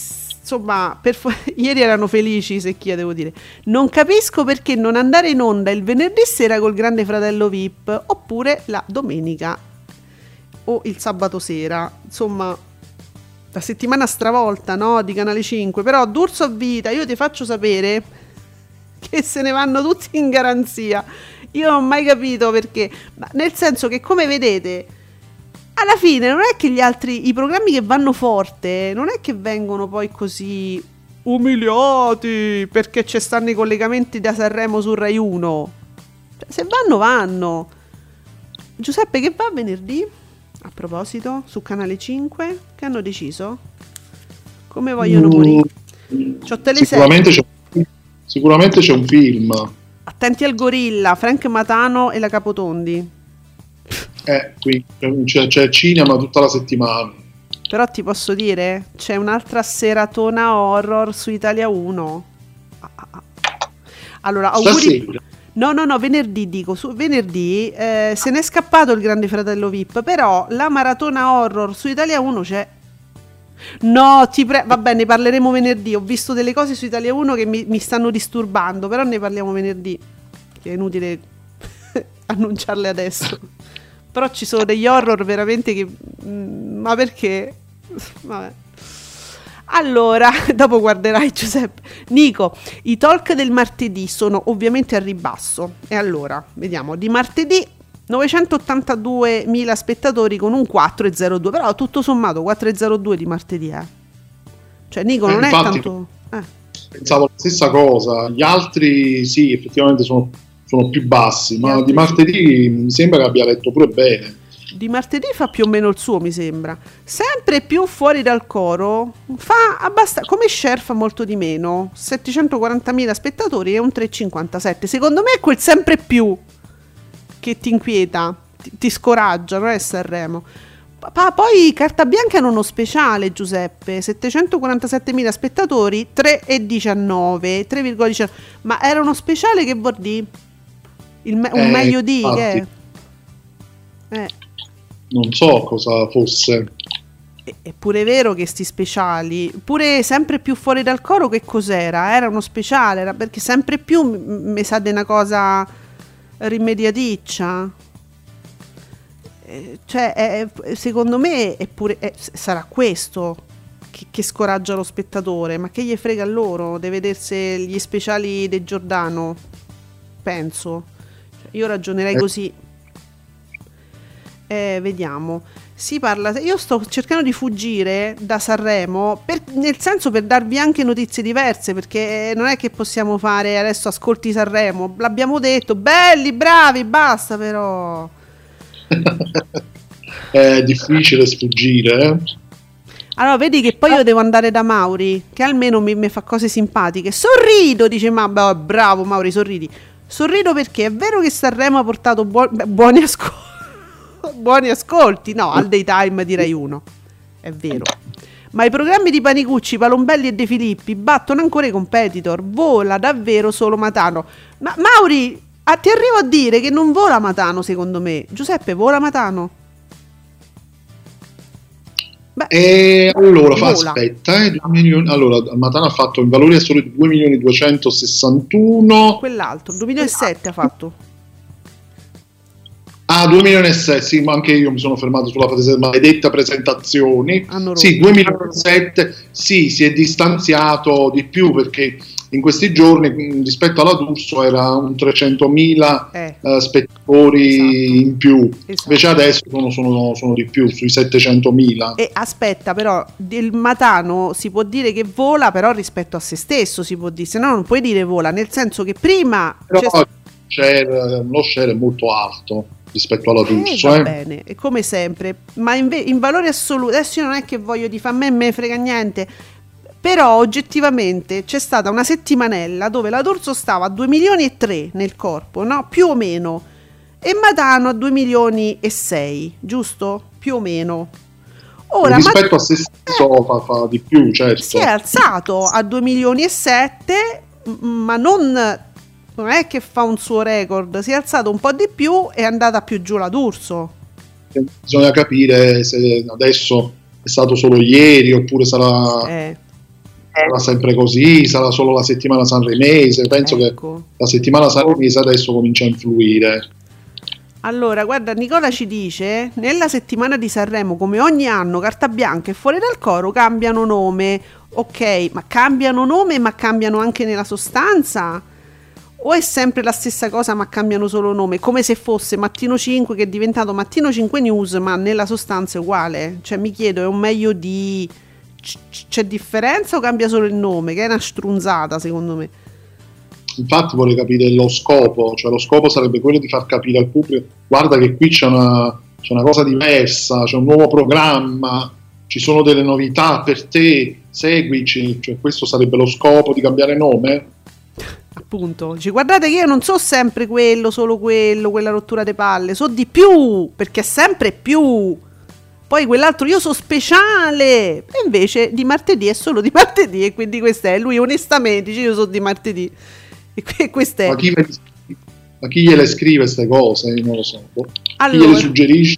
insomma, per fo- ieri erano felici i Secchia, devo dire. Non capisco perché non andare in onda il venerdì sera col Grande Fratello V I P oppure la domenica o il sabato sera. Insomma, la settimana stravolta, no? Di Canale cinque. Però D'Urso a vita, io ti faccio sapere che se ne vanno tutti in garanzia. Io non ho mai capito perché, ma nel senso che, come vedete, alla fine non è che gli altri, i programmi che vanno forte, non è che vengono poi così umiliati perché ci stanno i collegamenti da Sanremo su Rai uno. Cioè, se vanno, vanno. Giuseppe, che va venerdì? A proposito, su Canale cinque, che hanno deciso? Come vogliono morire? C'ho Telesette. Sicuramente c'è, sicuramente c'è un film. Attenti al gorilla, Frank Matano e la Capotondi. Eh, qui c'è, c'è cinema tutta la settimana. Però ti posso dire, c'è un'altra seratona horror su Italia uno. Ah, ah, ah. Allora, auguri. Stasera. No, no, no, venerdì dico, su venerdì eh, se n'è scappato il Grande Fratello V I P, però la maratona horror su Italia uno c'è. No, ti pre- va bene, ne parleremo venerdì. Ho visto delle cose su Italia uno che mi, mi stanno disturbando, però ne parliamo venerdì, che è inutile annunciarle adesso. Però ci sono degli horror veramente che... Mm, ma perché? Vabbè. Allora, dopo guarderai, Giuseppe. Nico, i talk del martedì sono ovviamente a ribasso. E allora, vediamo, di martedì novecentottantaduemila spettatori con un quattro virgola zero due, però tutto sommato quattro virgola zero due di martedì, eh. Cioè, Nico, non eh, è infatti, tanto... Eh. Pensavo la stessa cosa. Gli altri, sì, effettivamente sono, sono più bassi, ma di martedì mi sembra che abbia letto pure bene. Di martedì fa più o meno il suo, mi sembra. Sempre più fuori dal coro, fa abbastanza, come share fa molto di meno, settecentoquarantamila spettatori e un tre virgola cinquantasette. Secondo me è quel sempre più che ti inquieta, ti, ti scoraggia, non è Sanremo. Pa- poi Carta Bianca è uno speciale, Giuseppe, settecentoquarantasettemila spettatori, tre virgola diciannove, tre virgola diciannove. Ma era uno speciale, che vuol dire? Il me- un Eh, meglio di infatti. che? Eh. Non so cosa fosse. È pure vero che sti speciali, pure sempre più fuori dal coro, che cos'era? Era uno speciale, era perché sempre più m- mi sa di una cosa rimediaticcia. Eh, cioè, è, secondo me è pure, è, sarà questo che, che scoraggia lo spettatore, ma che gli frega a loro di vedersi gli speciali di Giordano, penso. Cioè, io ragionerei Eh. così. Eh, vediamo, si parla, io sto cercando di fuggire da Sanremo per, nel senso, per darvi anche notizie diverse, perché non è che possiamo fare adesso ascolti Sanremo, l'abbiamo detto, belli, bravi, basta. Però è difficile sfuggire, eh? allora vedi che poi io devo andare da Mauri, che almeno mi, mi fa cose simpatiche. Sorrido, dice, ma beh, bravo Mauri, sorridi. Sorrido perché è vero che Sanremo ha portato buo- beh, buoni ascolti buoni ascolti, no, al daytime di Rai uno, è vero, ma i programmi di Panicucci, Palombelli e De Filippi battono ancora i competitor. Vola davvero solo Matano. Ma Mauri, ah, ti arrivo a dire che non vola Matano, secondo me. Giuseppe, vola Matano? Beh, E allora fa, vola. aspetta, eh, due milioni, allora Matano ha fatto in valore assoluto due milioni duecentosessantuno. Quell'altro, due milioni e sette ha fatto. Ah, due milioni e sei, sì, ma anche io mi sono fermato sulla prese- maledetta presentazioni. Hanno Sì, rotto. due milioni e sette, sì, si è distanziato di più perché in questi giorni mh, rispetto alla D'Urso era un trecentomila Eh. eh, spettatori Esatto. in più, Esatto. invece adesso sono, sono, sono di più, sui settecentomila. E aspetta, però il Matano si può dire che vola, però rispetto a se stesso si può dire, se no non puoi dire vola, nel senso che prima Però c'è- share- lo share è molto alto rispetto alla Eh, D'Urso. va eh. bene, e come sempre, ma in, ve- in valore assoluto, adesso io non è che voglio di fa a me me frega niente, però oggettivamente c'è stata una settimanella dove la D'Urso stava a due milioni e tre nel corpo, no? Più o meno, e Matano a due milioni e sei, giusto? Più o meno. Ora rispetto Ma- a se stesso fa, fa di più, certo. si è alzato a due milioni e sette, m- ma non, non è che fa un suo record, si è alzato un po' di più e è andata più giù la D'Urso. Bisogna capire se adesso è stato solo ieri oppure sarà Eh. sarà sempre così, sarà solo la settimana sanremese, penso Ecco. che la settimana sanremese adesso comincia a influire. Allora, guarda, Nicola ci dice: nella settimana di Sanremo, come ogni anno, Carta Bianca e Fuori dal coro cambiano nome. Ok, ma cambiano nome, ma cambiano anche nella sostanza? O è sempre la stessa cosa, ma cambiano solo nome? Come se fosse Mattino cinque che è diventato Mattino cinque News, ma nella sostanza è uguale? Cioè, mi chiedo, è un meglio di... C- c'è differenza o cambia solo il nome? Che è una strunzata, secondo me. Infatti vorrei capire lo scopo, cioè lo scopo sarebbe quello di far capire al pubblico: guarda che qui c'è una, c'è una cosa diversa, c'è un nuovo programma, ci sono delle novità per te, seguici, cioè questo sarebbe lo scopo di cambiare nome? Appunto, dice, guardate che io non so sempre quello, solo quello, quella rottura de palle, so di più, perché è sempre più. Poi quell'altro io so speciale, e invece di martedì è solo di martedì, e quindi questo è. Lui onestamente dice io so di martedì, e que- questo è. Ma chi, ma chi gliele scrive queste cose? Io non lo so. Allora, chi gliele suggerisce?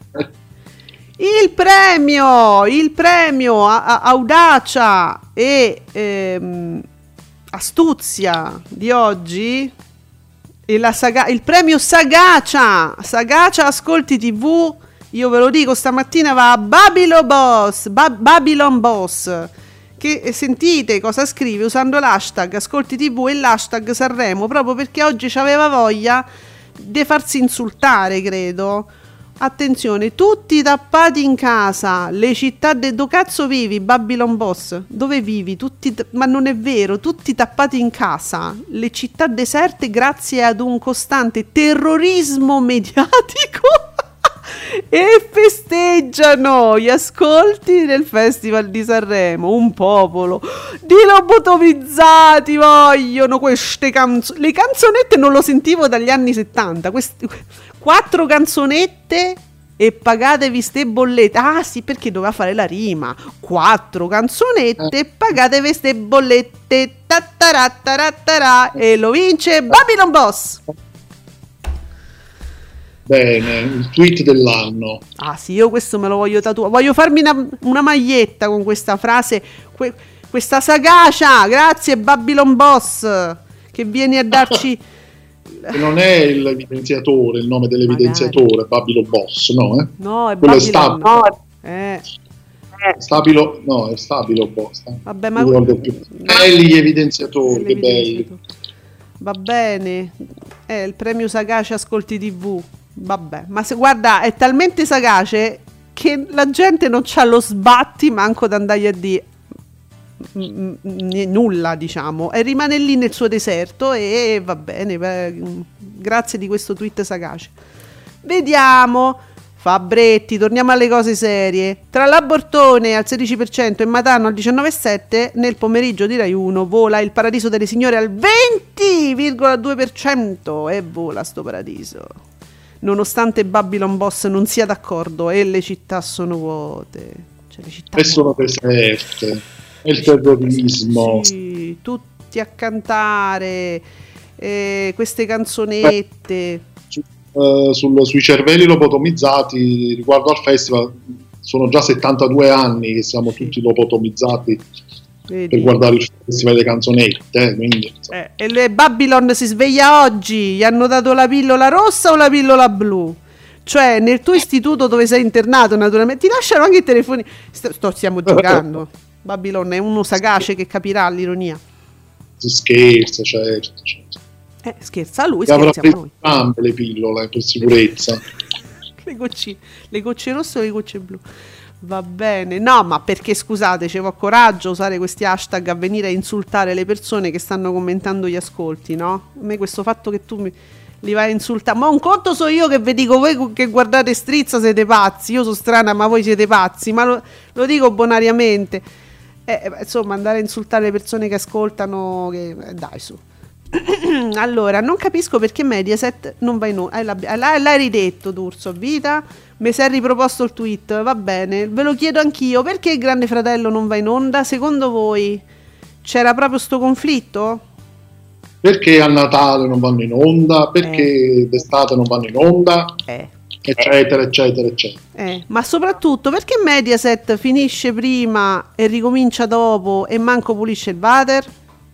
Il premio, il premio a- a- audacia e ehm, astuzia di oggi, e la saga- il premio Sagacia, Sagacia Ascolti tivù, io ve lo dico, stamattina va a Babylon Boss, ba- Babylon Boss, che sentite cosa scrive usando l'hashtag Ascolti tivù e l'hashtag Sanremo, proprio perché oggi c'aveva voglia di farsi insultare, credo. Attenzione, tutti tappati in casa, le città de... Do cazzo vivi, Babylon Boss? Dove vivi? Tutti t- ma non è vero, tutti tappati in casa, le città deserte grazie ad un costante terrorismo mediatico e festeggiano gli ascolti del Festival di Sanremo. Un popolo di lobotomizzati vogliono queste canzoni. Le canzonette non lo sentivo dagli anni settanta, questi... Quattro canzonette e pagatevi ste bollette. Ah sì, perché doveva fare la rima. Quattro canzonette e pagatevi ste bollette. Tattarattarattara. E lo vince Babylon Boss. Bene, il tweet dell'anno. Ah sì, io questo me lo voglio tatuare. Voglio farmi una, una maglietta con questa frase, que, questa sagacia. Grazie Babylon Boss, che vieni a darci... E non è l'evidenziatore, il nome dell'evidenziatore, Babylon Boss, no? Eh? No, è quello Babylon. è stabilo. No, eh. Stabilo, no, è stabilo Boss. Vabbè, ma belli gli evidenziatori, che belli. Va bene, è il premio Sagace Ascolti tivù. Vabbè, ma se guarda, è talmente sagace che la gente non c'ha lo sbatti manco da andare a dire n- n- nulla, diciamo, e rimane lì nel suo deserto e va bene, beh, grazie di questo tweet sagace. Vediamo Fabretti, torniamo alle cose serie. Tra l'Abortone al sedici per cento e Matano al diciannove virgola sette per cento, nel pomeriggio di Rai uno vola Il Paradiso delle Signore al venti virgola due per cento e vola sto paradiso. Nonostante Babylon Boss non sia d'accordo e le città sono vuote. Cioè, le città e sono deserte. E il terrorismo. Sì, tutti a cantare eh, queste canzonette. Uh, sul, sui cervelli lobotomizzati riguardo al festival, sono già settantadue anni che siamo tutti lobotomizzati. Vedi? Per guardare il festival delle canzonette, eh, quindi, eh, e le Babylon si sveglia oggi, gli hanno dato la pillola rossa o la pillola blu? Cioè nel tuo istituto dove sei internato, naturalmente ti lasciano anche i telefoni. Sto, sto stiamo giocando. Babylon è uno sagace che capirà l'ironia. Si scherza, certo, certo. Eh, scherza lui, che avrà scherziamo noi. Entrambe le pillole per sicurezza. le, gocce, le gocce rosse o le gocce blu? Va bene, no, ma perché scusate, ci vuole coraggio usare questi hashtag a venire a insultare le persone che stanno commentando gli ascolti, no? A me questo fatto che tu mi, li vai a insultare, ma un conto so io che vi dico voi che guardate Strizza siete pazzi, io sono strana ma voi siete pazzi, ma lo, lo dico bonariamente. Eh, insomma, andare a insultare le persone che ascoltano, che, eh, dai su. Allora, non capisco perché Mediaset non va in onda. Eh, l'hai, l'hai ridetto, D'Urso a vita. Mi si è riproposto il tweet. Va bene, ve lo chiedo anch'io. Perché il Grande Fratello non va in onda? Secondo voi c'era proprio sto conflitto? Perché a Natale non vanno in onda? Perché eh. d'estate non vanno in onda? Eh. eccetera, eccetera, eccetera. Eh, ma soprattutto perché Mediaset finisce prima e ricomincia dopo e manco pulisce il water?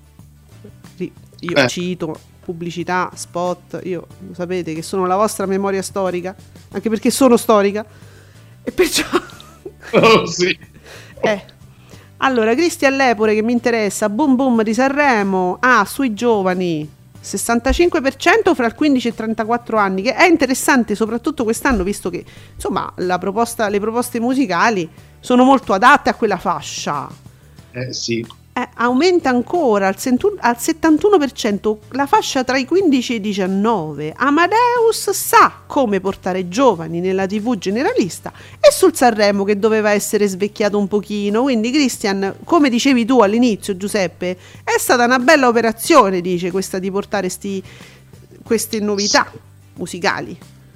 Io eh. cito pubblicità, spot, io lo sapete che sono la vostra memoria storica, anche perché sono storica e perciò oh, sì. eh. Allora, Cristian Lepore, che mi interessa, boom boom di Sanremo, ah, sui giovani sessantacinque per cento fra il quindici e i trentaquattro anni, che è interessante soprattutto quest'anno, visto che insomma la proposta, le proposte musicali sono molto adatte a quella fascia. Eh sì. Eh, aumenta ancora al, sentu- al settantuno per cento la fascia tra i quindici e i diciannove. Amadeus sa come portare giovani nella tivù generalista e sul Sanremo che doveva essere svecchiato un pochino. Quindi Christian, come dicevi tu all'inizio, Giuseppe, è stata una bella operazione, dice, questa di portare sti, queste novità musicali.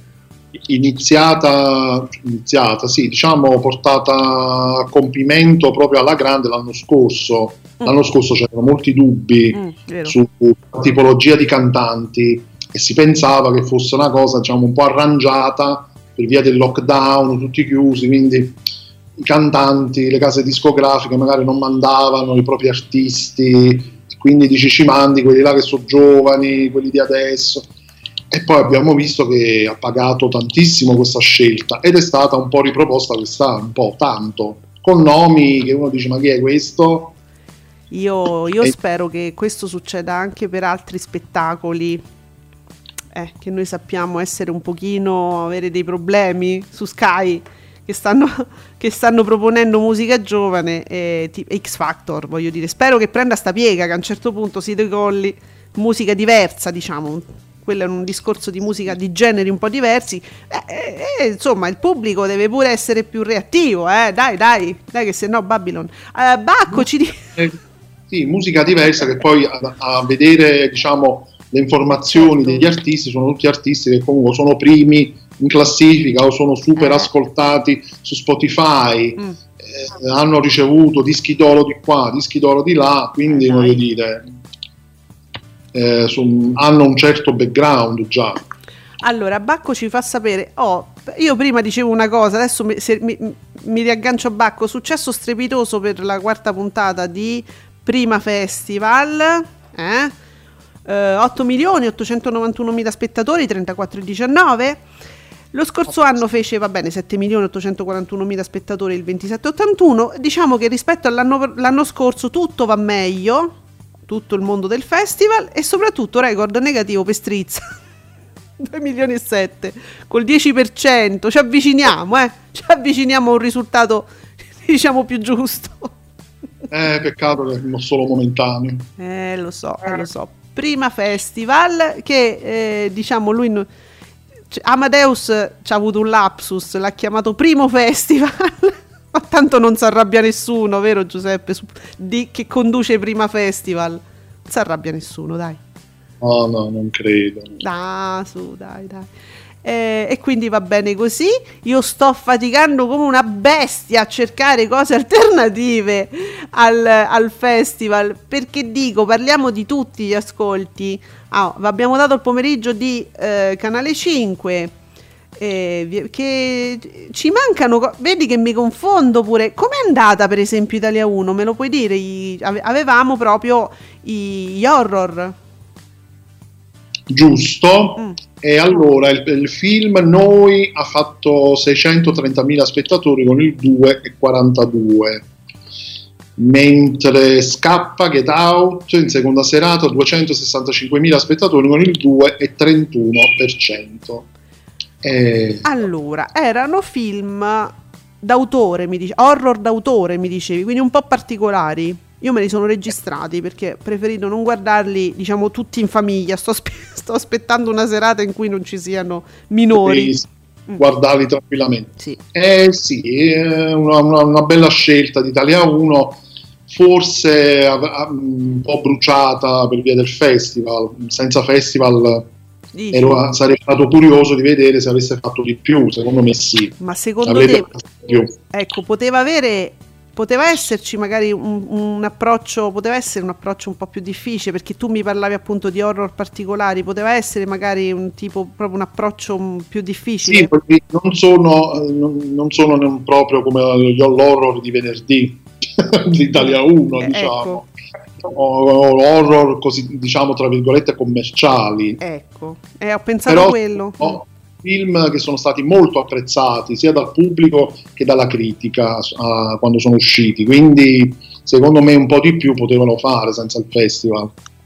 Iniziata, iniziata, sì, diciamo portata a compimento proprio alla grande l'anno scorso. L'anno scorso c'erano molti dubbi mm, sulla tipologia di cantanti e si pensava che fosse una cosa, diciamo, un po' arrangiata per via del lockdown, tutti chiusi, quindi i cantanti, le case discografiche magari non mandavano i propri artisti, quindi dici ci mandi quelli là che sono giovani, quelli di adesso. E poi abbiamo visto che ha pagato tantissimo questa scelta ed è stata un po' riproposta quest'anno, un po' tanto, con nomi che uno dice ma chi è questo? Io, io e... spero che questo succeda anche per altri spettacoli, eh, che noi sappiamo essere un pochino, avere dei problemi su Sky, che stanno, che stanno proponendo musica giovane, eh, tipo X Factor, voglio dire. Spero che prenda sta piega, che a un certo punto si decolli musica diversa, diciamo. Quello è un discorso di musica di generi un po' diversi, eh, eh, insomma il pubblico deve pure essere più reattivo, eh, dai dai dai che se no Babylon. eh, Bacco ci dice eh, sì, musica diversa, che poi a, a vedere, diciamo, le informazioni degli artisti, sono tutti artisti che comunque sono primi in classifica o sono super eh. ascoltati su Spotify, mm. eh, hanno ricevuto dischi d'oro di qua, dischi d'oro di là, quindi eh, voglio dire Eh, su, hanno un certo background già. Allora Bacco ci fa sapere, oh, io prima dicevo una cosa, adesso mi, se, mi, mi riaggancio a Bacco. Successo strepitoso per la quarta puntata di Prima Festival, eh? Eh, otto milioni ottocentonovantuno mila spettatori, trentaquattro e diciannove. Lo scorso anno fece, va bene, sette milioni ottocentoquarantuno mila spettatori, il ventisette ottantuno. Diciamo che rispetto all'anno l'anno scorso tutto va meglio, tutto il mondo del festival, e soprattutto record negativo per Strizza, due milioni e sette, col dieci per cento. Ci avviciniamo, eh? Ci avviciniamo a un risultato, diciamo, più giusto. Eh, peccato che non solo momentaneo. Eh, lo so, eh, lo so. Prima Festival, che eh, diciamo lui... No, Amadeus ci ha avuto un lapsus, l'ha chiamato Primo Festival. Ma tanto non si arrabbia nessuno, vero Giuseppe? Su, di, che conduce Prima Festival. Non si arrabbia nessuno, dai. No, no, non credo. Ah, su, dai, dai. Eh, e quindi va bene così. Io sto faticando come una bestia a cercare cose alternative al, al festival, perché dico, parliamo di tutti gli ascolti. Ah, abbiamo dato il pomeriggio di eh, Canale cinque. Eh, che ci mancano, vedi che mi confondo pure. Com'è andata per esempio Italia uno? Me lo puoi dire? I, avevamo proprio gli horror, giusto? Mm. E allora il, il film Noi ha fatto seicentotrentamila spettatori con il due virgola quarantadue, mentre Scappa, Get Out, in seconda serata duecentosessantacinquemila spettatori con il due virgola trentuno per cento. Eh. Allora, erano film d'autore, mi dice, horror d'autore mi dicevi, quindi un po' particolari. Io me li sono registrati perché ho preferito non guardarli, diciamo, tutti in famiglia. Sto, spe- sto aspettando una serata in cui non ci siano minori. Mm. Guardarli tranquillamente. Sì, eh, sì, è una, una, una bella scelta di Italia uno, forse un po' bruciata per via del festival. Senza festival ero, sarei stato curioso di vedere se avesse fatto di più. Secondo me sì. Ma secondo te, ecco, poteva avere poteva esserci magari un, un approccio, poteva essere un approccio un po' più difficile, perché tu mi parlavi appunto di horror particolari, poteva essere magari un tipo, proprio un approccio più difficile. Sì, perché non sono, non, non sono non proprio come l'horror di venerdì di Italia uno, Eh, diciamo. ecco. O horror così, diciamo, tra virgolette commerciali. Ecco, e ho pensato Però quello. ho film che sono stati molto apprezzati sia dal pubblico che dalla critica uh, quando sono usciti, quindi secondo me un po' di più potevano fare senza il festival.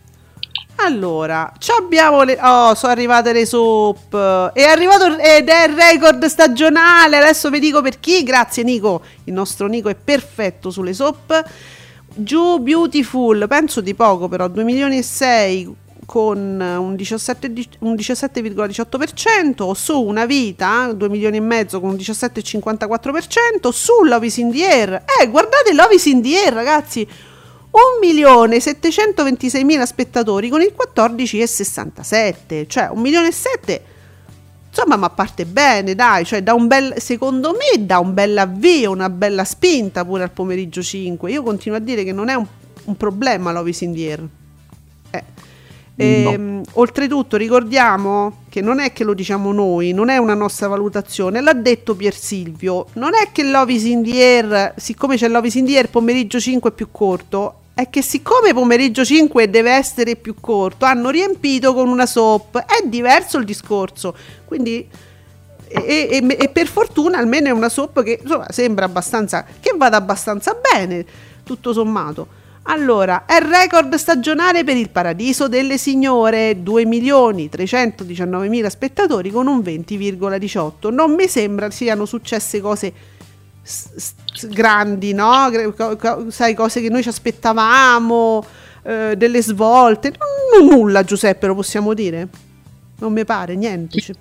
Allora, ci abbiamo le... oh, sono arrivate le soap. È arrivato ed è il record stagionale. Adesso vi dico per chi. Grazie Nico. Il nostro Nico è perfetto sulle soap. Giù Beautiful, penso di poco però, due milioni e sei con un diciassette, un diciassette virgola diciotto per cento. Su Una Vita, due milioni e mezzo con un diciassette virgola cinquantaquattro per cento. Su Love is in the Air. Eh, guardate Love is in the Air, ragazzi. un milione settecentoventiseimila spettatori con il quattordici virgola sessantasette, cioè un milione e sette, insomma, ma parte bene, dai, cioè da un bel, secondo me dà un bel avvio, una bella spinta pure al pomeriggio cinque. Io continuo a dire che non è un, un problema Love is in the Air. Eh. E, no. Oltretutto ricordiamo che non è che lo diciamo noi, non è una nostra valutazione, l'ha detto Pier Silvio, non è che Love is in the Air, siccome c'è Love is in the Air, pomeriggio cinque è più corto, è che siccome pomeriggio cinque deve essere più corto, hanno riempito con una soap, è diverso il discorso, quindi e, e, e per fortuna almeno è una soap che insomma sembra abbastanza, che vada abbastanza bene tutto sommato. Allora, è record stagionale per Il Paradiso delle Signore, due milioni trecentodiciannovemila spettatori con un venti virgola diciotto. Non mi sembra siano successe cose s- s- grandi, no? Sai, cose che noi ci aspettavamo, eh, delle svolte. Non, nulla, Giuseppe, lo possiamo dire? Non mi pare, niente. Sì.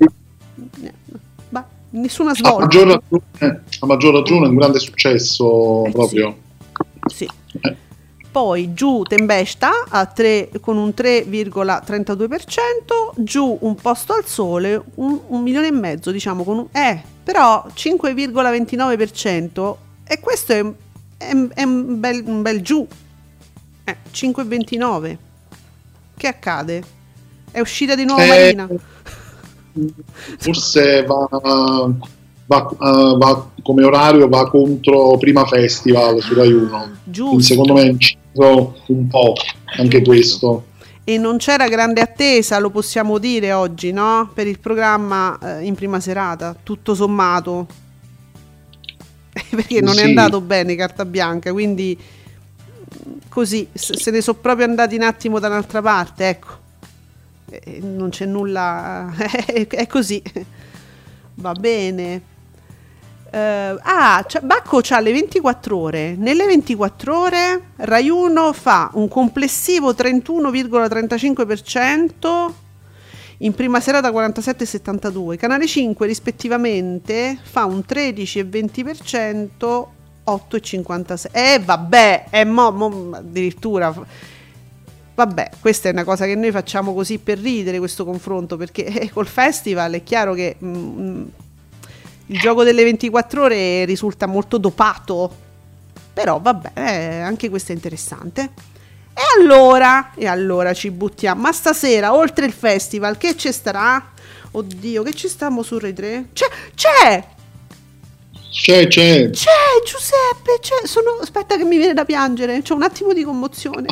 Bah, nessuna A svolta. maggior ragione, a maggior ragione un grande successo, Eh, proprio. Sì. sì. Eh. Poi giù Tempesta a tre, con un tre virgola trentadue per cento, giù Un Posto al Sole un, un milione e mezzo, diciamo, con un, eh, però cinque virgola ventinove per cento, e questo è, è, è un, bel, un bel giù, eh, cinque virgola ventinove. Che accade? È uscita di nuovo eh, Marina? Forse va, va, uh, va come orario, va contro Prima Festival su Rai uno. Giusto. Quindi secondo me è inciso un po' anche questo. E non c'era grande attesa, lo possiamo dire oggi, no? Per il programma eh, in prima serata, tutto sommato. Perché non sì. è andato bene Carta Bianca, quindi così, se ne sono proprio andati un attimo da un'altra parte, ecco. E non c'è nulla, è così. Va bene. Uh, ah, c'è, Bacco c'ha le ventiquattro ore. Nelle ventiquattro ore Rai uno fa un complessivo trentuno virgola trentacinque per cento, in prima serata quarantasette virgola settantadue, Canale cinque rispettivamente fa un tredici virgola venti per cento, otto virgola cinquantasei. Eh vabbè, è mo, mo addirittura vabbè, questa è una cosa che noi facciamo così per ridere, questo confronto, perché eh, col festival è chiaro che mm, il gioco delle ventiquattro ore risulta molto dopato, però vabbè, eh, anche questo è interessante. E allora, e allora ci buttiamo, ma stasera oltre il festival che ci starà? Oddio, che ci stiamo su Rai tre? C'è, c'è! C'è, c'è! C'è, Giuseppe, c'è, sono, aspetta che mi viene da piangere, c'ho un attimo di commozione.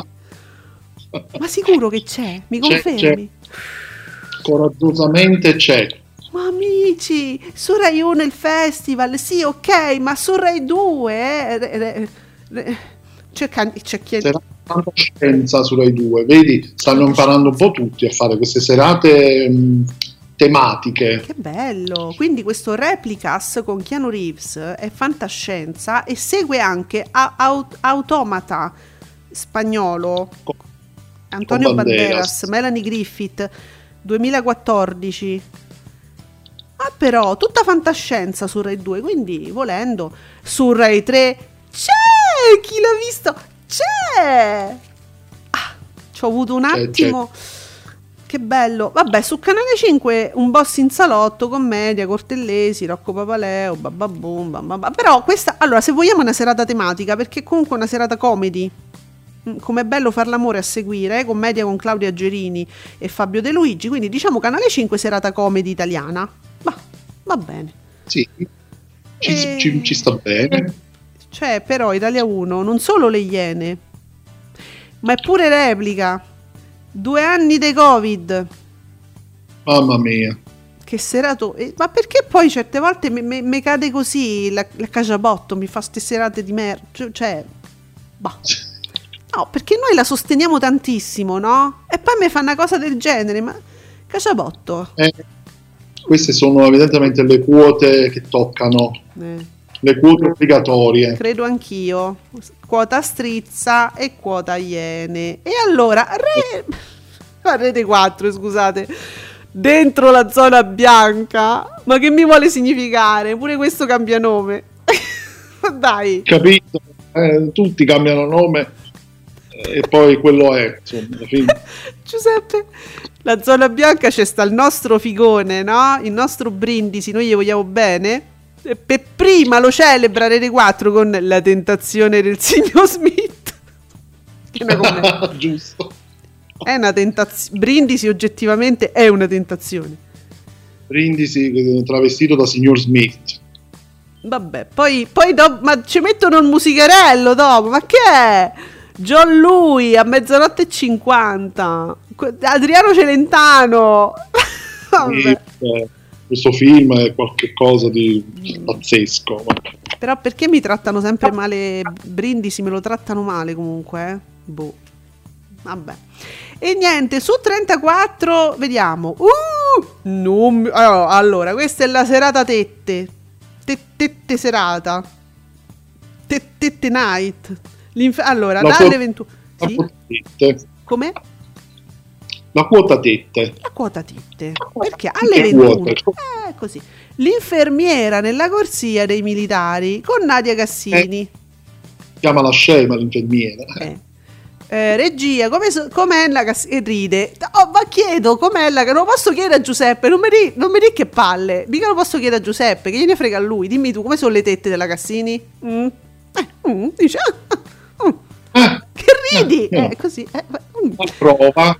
Ma sicuro che c'è? Mi confermi? C'è, c'è. Coraggiosamente c'è. Ma amici, su Rai uno il festival, sì, ok, ma su Rai due eh, eh, c'è, c'è chi c'è tanta scienza su Rai due, vedi, stanno imparando un po' tutti a fare queste serate mh, tematiche. Che bello, quindi questo Replicas con Keanu Reeves è fantascienza e segue anche a, a, Automata spagnolo, Antonio Banderas. Banderas, Melanie Griffith, duemilaquattordici. Ah, però tutta fantascienza su Rai due, quindi volendo su Rai tre c'è, chi l'ha visto? C'è. Ah, ci ho avuto un attimo. C'è, c'è. che bello. Vabbè, su Canale cinque un boss in salotto, commedia, Cortellesi, Rocco Papaleo, bababum, bababà. Però questa, allora, se vogliamo è una serata tematica, perché comunque è una serata comedy. Com'è bello far l'amore a seguire, eh? Commedia con Claudia Gerini e Fabio De Luigi, quindi diciamo Canale cinque serata comedy italiana. Ma va bene. Sì, ci, E- ci- ci sta bene. Cioè, però Italia uno non solo le Iene, ma è pure replica. Due anni di Covid. Mamma mia. Che serato. eh, Ma perché poi certe volte mi cade così la, la cacciabotto, mi fa ste serate di merda. Cioè, bah. No, perché noi la sosteniamo tantissimo, no? E poi mi fa una cosa del genere, ma cacciabotto. Eh, queste sono evidentemente le quote che toccano, Eh, le quote obbligatorie. credo anch'io. Quota Strizza e quota Iene. E allora, re... a Rete quattro, scusate. Dentro la zona bianca. Ma che mi vuole significare? Pure questo cambia nome. Dai. Capito? Eh, tutti cambiano nome e poi quello è, insomma, alla fine. Giuseppe, la zona bianca c'è sta il nostro figone, no? Il nostro Brindisi, noi gli vogliamo bene. E per prima lo celebra Rete quattro con La tentazione del signor Smith. Che è una commedia. Giusto. È una tentazione. Brindisi oggettivamente è una tentazione. Brindisi eh, travestito da signor Smith. Vabbè, poi, poi do- ma ci mettono il musicherello dopo. Ma che è? John Lui a mezzanotte e cinquanta. Que- Adriano Celentano. Vabbè. E, eh, questo film è qualcosa di pazzesco. Però perché mi trattano sempre male Brindisi? Me lo trattano male comunque, eh? Boh. Vabbè. E niente, su trentaquattro vediamo. Uh! Non mi- oh, allora, questa è la serata tette. Te- Tette serata. Te- Tette night. L'inf- allora, La dalle quota- ventuno. La Sì? quota tette. Com'è? La quota tette. La quota tette. Perché alle Che ventuno. quote? Eh, così. L'infermiera nella corsia dei militari con Nadia Cassini. Chiama la scema l'infermiera. Eh. Eh, regia, come so- com'è la Cass- e ride. Oh, ma chiedo com'è la non lo posso chiedere a Giuseppe, non mi di, non mi di che palle. Mica lo posso chiedere a Giuseppe, che gliene frega a lui. Dimmi tu, come sono le tette della Cassini? Mm. Eh, mm, dice, ah, ah, mm. Ah, Che ridi? no. Eh, così. eh, mm. approva.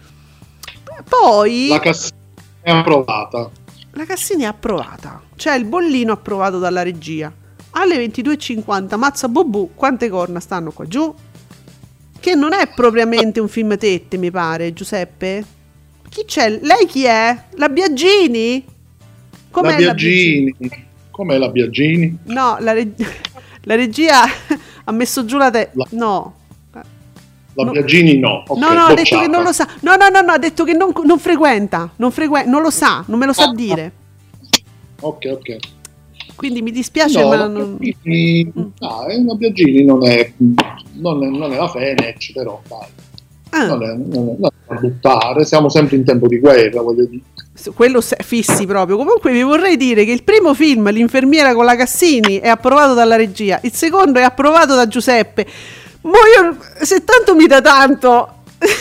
Poi La Cassini è approvata. la Cassini è approvata. C'è il bollino approvato dalla regia. Alle ventidue e cinquanta, mazza bobù, quante corna stanno qua giù? Che non è propriamente un film tette, mi pare, Giuseppe. Chi c'è? Lei chi è? La Biagini? Com'è La Biagini. Com'è la Biagini? No, la, reg- la regia ha messo giù la te... La- No. La No. Biagini no. Ok, no, no, ha detto bocciata. che non lo sa. No, no, no, no, ha detto che non, non frequenta. Non frequen- non lo sa, non me lo sa Ah, dire. Ok, ok. Quindi mi dispiace, No, ma la non... Biagini, Mm. dai, la Biagini non è, non è, non è la Fenech, però dai. Ah. Non è, non è, non è da buttare, siamo sempre in tempo di guerra, voglio dire. Quello se- fissi proprio. Comunque vi vorrei dire che il primo film, L'infermiera con la Cassini, è approvato dalla regia, il secondo è approvato da Giuseppe. Ma io, se tanto mi dà tanto,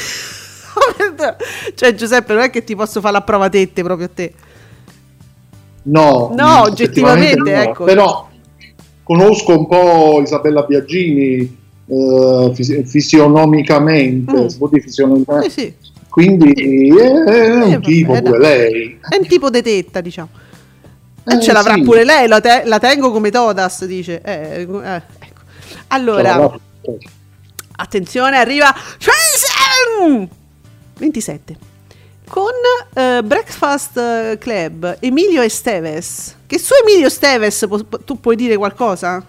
cioè Giuseppe, non è che ti posso fare la prova tette proprio a te. No, No, mh, oggettivamente, effettivamente no, ecco. però conosco un po' Isabella Biagini eh, fisi- fisionomicamente, Mm. si può dire fisionomicamente, Eh sì, quindi è, è un Eh, tipo vabbè, pure dai. lei. è un tipo di tetta, diciamo. E Eh, ce l'avrà sì. pure lei, la, te- la tengo come Todas, dice. Eh, eh, ecco. Allora, Cioè, attenzione, arriva ventisette con eh, Breakfast Club, Emilio Esteves. Che su Emilio Esteves pu- pu- tu puoi dire qualcosa?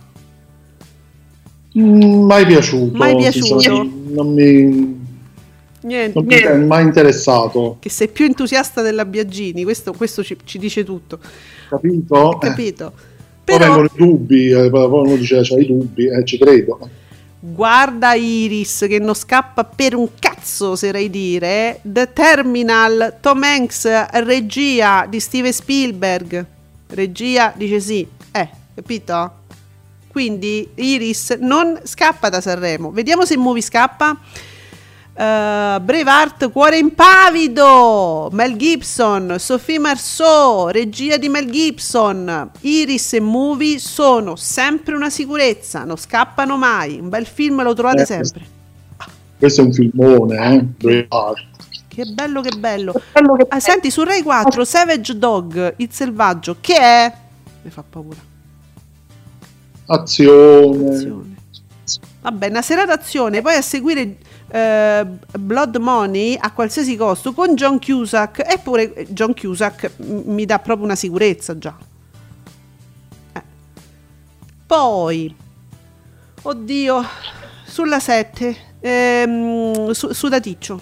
mm, mai piaciuto, Mai piaciuto. sinceramente, non mi, Niente, non mi è mai interessato, che sei più entusiasta della Biagini, questo, questo ci, ci dice tutto, capito? capito? Poi Però vengono i dubbi, eh, poi uno dice c'hai i dubbi, eh, ci credo. guarda Iris che non scappa per un cazzo, oserei dire. The Terminal, Tom Hanks, regia di Steven Spielberg. Regia dice sì, eh, capito? Quindi Iris non scappa da Sanremo. Vediamo se il movie scappa. Uh, Braveheart, Cuore impavido, Mel Gibson, Sophie Marceau, regia di Mel Gibson. Iris e Movie sono sempre una sicurezza, non scappano mai. Un bel film, lo trovate eh, sempre. Questo è un filmone, eh? Braveheart. Che bello, che bello. Ah, senti, su Rai quattro, Savage Dog, Il selvaggio, che è? Mi fa paura. Azione. Azione. Vabbè, una serata azione, poi a seguire eh, Blood Money a qualsiasi costo con John Cusack. Eppure John Cusack m- mi dà proprio una sicurezza già. Eh. Poi, oddio, sulla sette, ehm, su- Sudaticcio.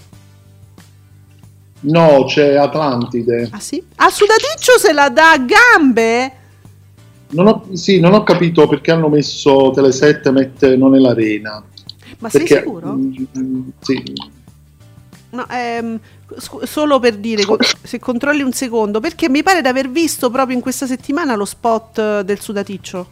No, c'è Atlantide. Ah sì? Ah, Sudaticcio se la dà a gambe? Non ho, sì, non ho capito perché hanno messo Telesette mette non è l'Arena. Ma perché, sei sicuro? Mm, sì. No, ehm, scu- solo per dire, co- se controlli un secondo, perché mi pare di aver visto proprio in questa settimana lo spot del Sudaticcio.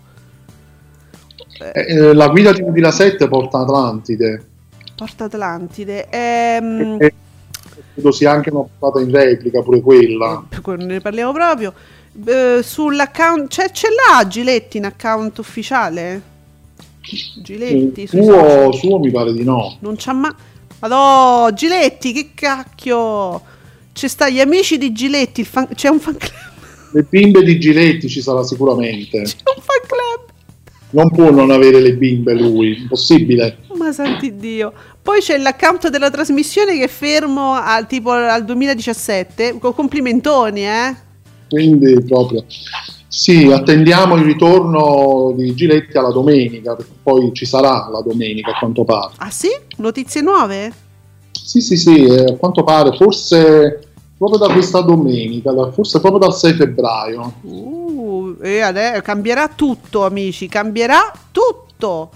Eh, eh, la guida di duemilasette porta Atlantide. Porta Atlantide. Ehm, E credo sia anche una puntata in replica pure quella. eh, ne parliamo proprio. Eh, sull'account c'è, ce l'ha Giletti in account ufficiale? Giletti sui suo, social? suo mi pare di no. Non c'ha mai. Madò, Giletti, che cacchio! C'è sta gli amici di Giletti, il fan... c'è un fan club. Le bimbe di Giletti ci sarà sicuramente. C'è un fan club. Non può non avere le bimbe lui, impossibile. Ma santi Dio. Poi c'è l'account della trasmissione che è fermo al tipo al duemiladiciassette. Con complimentoni, eh? Quindi proprio sì, attendiamo il ritorno di Giletti alla domenica, perché poi ci sarà la domenica a quanto pare. Ah sì? Notizie nuove? Sì, sì, sì, eh, a quanto pare, forse proprio da questa domenica, da, forse proprio dal sei febbraio. Uh, e adesso cambierà tutto, amici, cambierà tutto.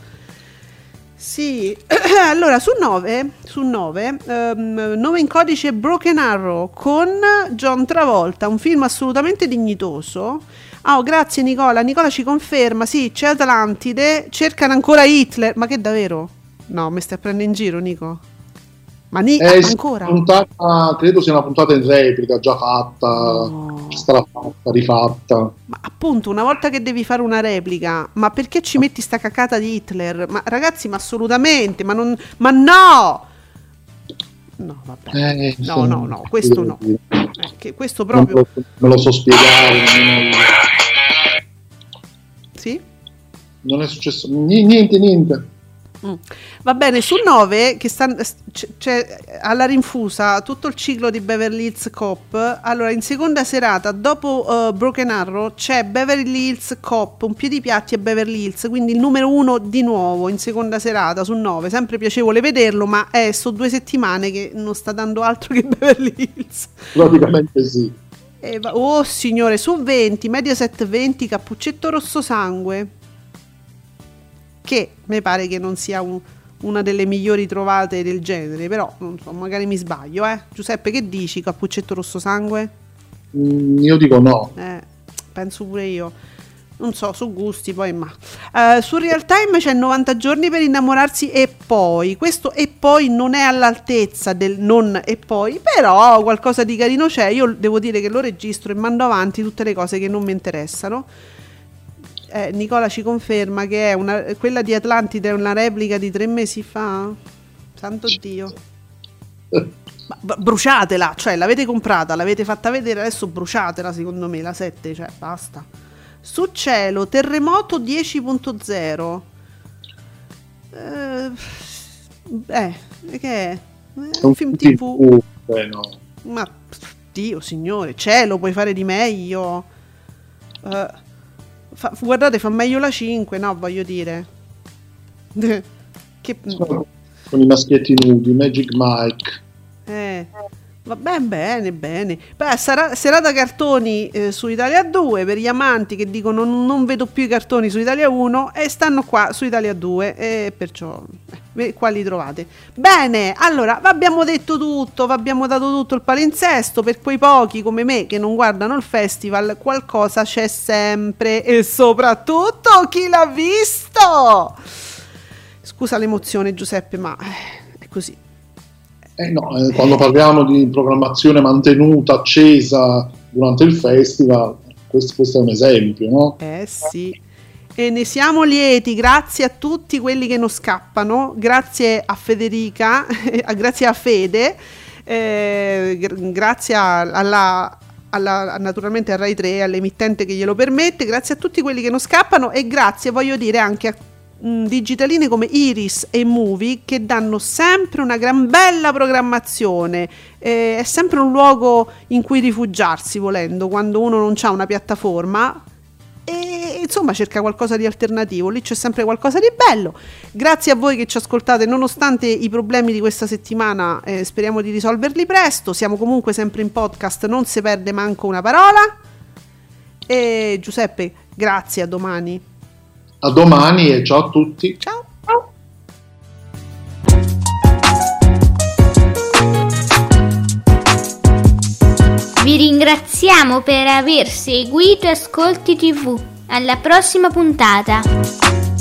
Sì, allora su nove, su nove um, nome in codice Broken Arrow con John Travolta, un film assolutamente dignitoso. Ah, oh, grazie Nicola, Nicola ci conferma, sì, c'è Atlantide, cercano ancora Hitler, ma che davvero? No, mi stai prendendo in giro, Nico? Ma ni- eh, ancora? Puntata, credo sia una puntata in replica, già fatta, No. strafatta, rifatta. Ma appunto, una volta che devi fare una replica, ma perché ci metti sta cacata di Hitler? Ma ragazzi, ma assolutamente, ma non, ma no! No, vabbè. Eh, no, sì, no, no, questo no. sì. Eh, che questo Non proprio... me lo, me lo so spiegare. Non, Sì? non è successo niente, niente. Mm. Va bene, su nove che sta, c- c'è alla rinfusa tutto il ciclo di Beverly Hills Cop. Allora, in seconda serata, dopo uh, Broken Arrow, c'è Beverly Hills Cop, un piedipiatti a Beverly Hills, quindi il numero uno di nuovo in seconda serata su nove. Sempre piacevole vederlo, ma è so due settimane che non sta dando altro che Beverly Hills. Praticamente sì. E va- oh signore, su venti, Mediaset venti, Cappuccetto Rosso Sangue, che mi pare che non sia un, una delle migliori trovate del genere, però non so, magari mi sbaglio, eh. Giuseppe, che dici, Cappuccetto Rosso Sangue? Mm, io dico no. Eh, penso pure io. Non so, su gusti poi, ma uh, su Real Time c'è novanta giorni per innamorarsi e poi, questo e poi non è all'altezza del non e poi, però qualcosa di carino c'è. Io devo dire che lo registro e mando avanti tutte le cose che non mi interessano. Eh, Nicola ci conferma che è una, quella di Atlantide è una replica di tre mesi fa. Santo Dio. Ma, b- bruciatela, cioè l'avete comprata, l'avete fatta vedere, adesso bruciatela secondo me, la sette, cioè basta. Su Cielo, Terremoto dieci punto zero. Eh, eh, che è? È un film tivù. Eh, no. Ma Dio signore, Cielo, puoi fare di meglio. Eh, fa, guardate, fa meglio la cinque, no, voglio dire. Che... Con i maschietti nudi, Magic Mike. Eh, va ben bene, bene. Beh, sarà serata cartoni eh, su Italia due per gli amanti che dicono non, non vedo più i cartoni su Italia uno e stanno qua su Italia due e perciò eh, qua li trovate. Bene, allora vi abbiamo detto tutto, vi abbiamo dato tutto il palinsesto. Per quei pochi come me che non guardano il festival, qualcosa c'è sempre e soprattutto chi l'ha visto. Scusa l'emozione, Giuseppe, ma è così. Eh no, eh, quando parliamo di programmazione mantenuta, accesa durante il festival, questo, questo è un esempio, no? Eh sì. E ne siamo lieti, grazie a tutti quelli che non scappano, grazie a Federica, grazie a Fede, eh, grazie alla, alla, naturalmente a Rai tre, all'emittente che glielo permette, grazie a tutti quelli che non scappano e grazie, voglio dire, anche a mh, digitaline come Iris e Movie che danno sempre una gran bella programmazione, eh, è sempre un luogo in cui rifugiarsi volendo, quando uno non ha una piattaforma. E insomma cerca qualcosa di alternativo, lì c'è sempre qualcosa di bello. Grazie a voi che ci ascoltate nonostante i problemi di questa settimana, eh, speriamo di risolverli presto. Siamo comunque sempre in podcast, non si perde manco una parola. E Giuseppe, grazie, a domani. A domani e ciao a tutti. Ciao. Vi ringraziamo per aver seguito Ascolti tivù. Alla prossima puntata.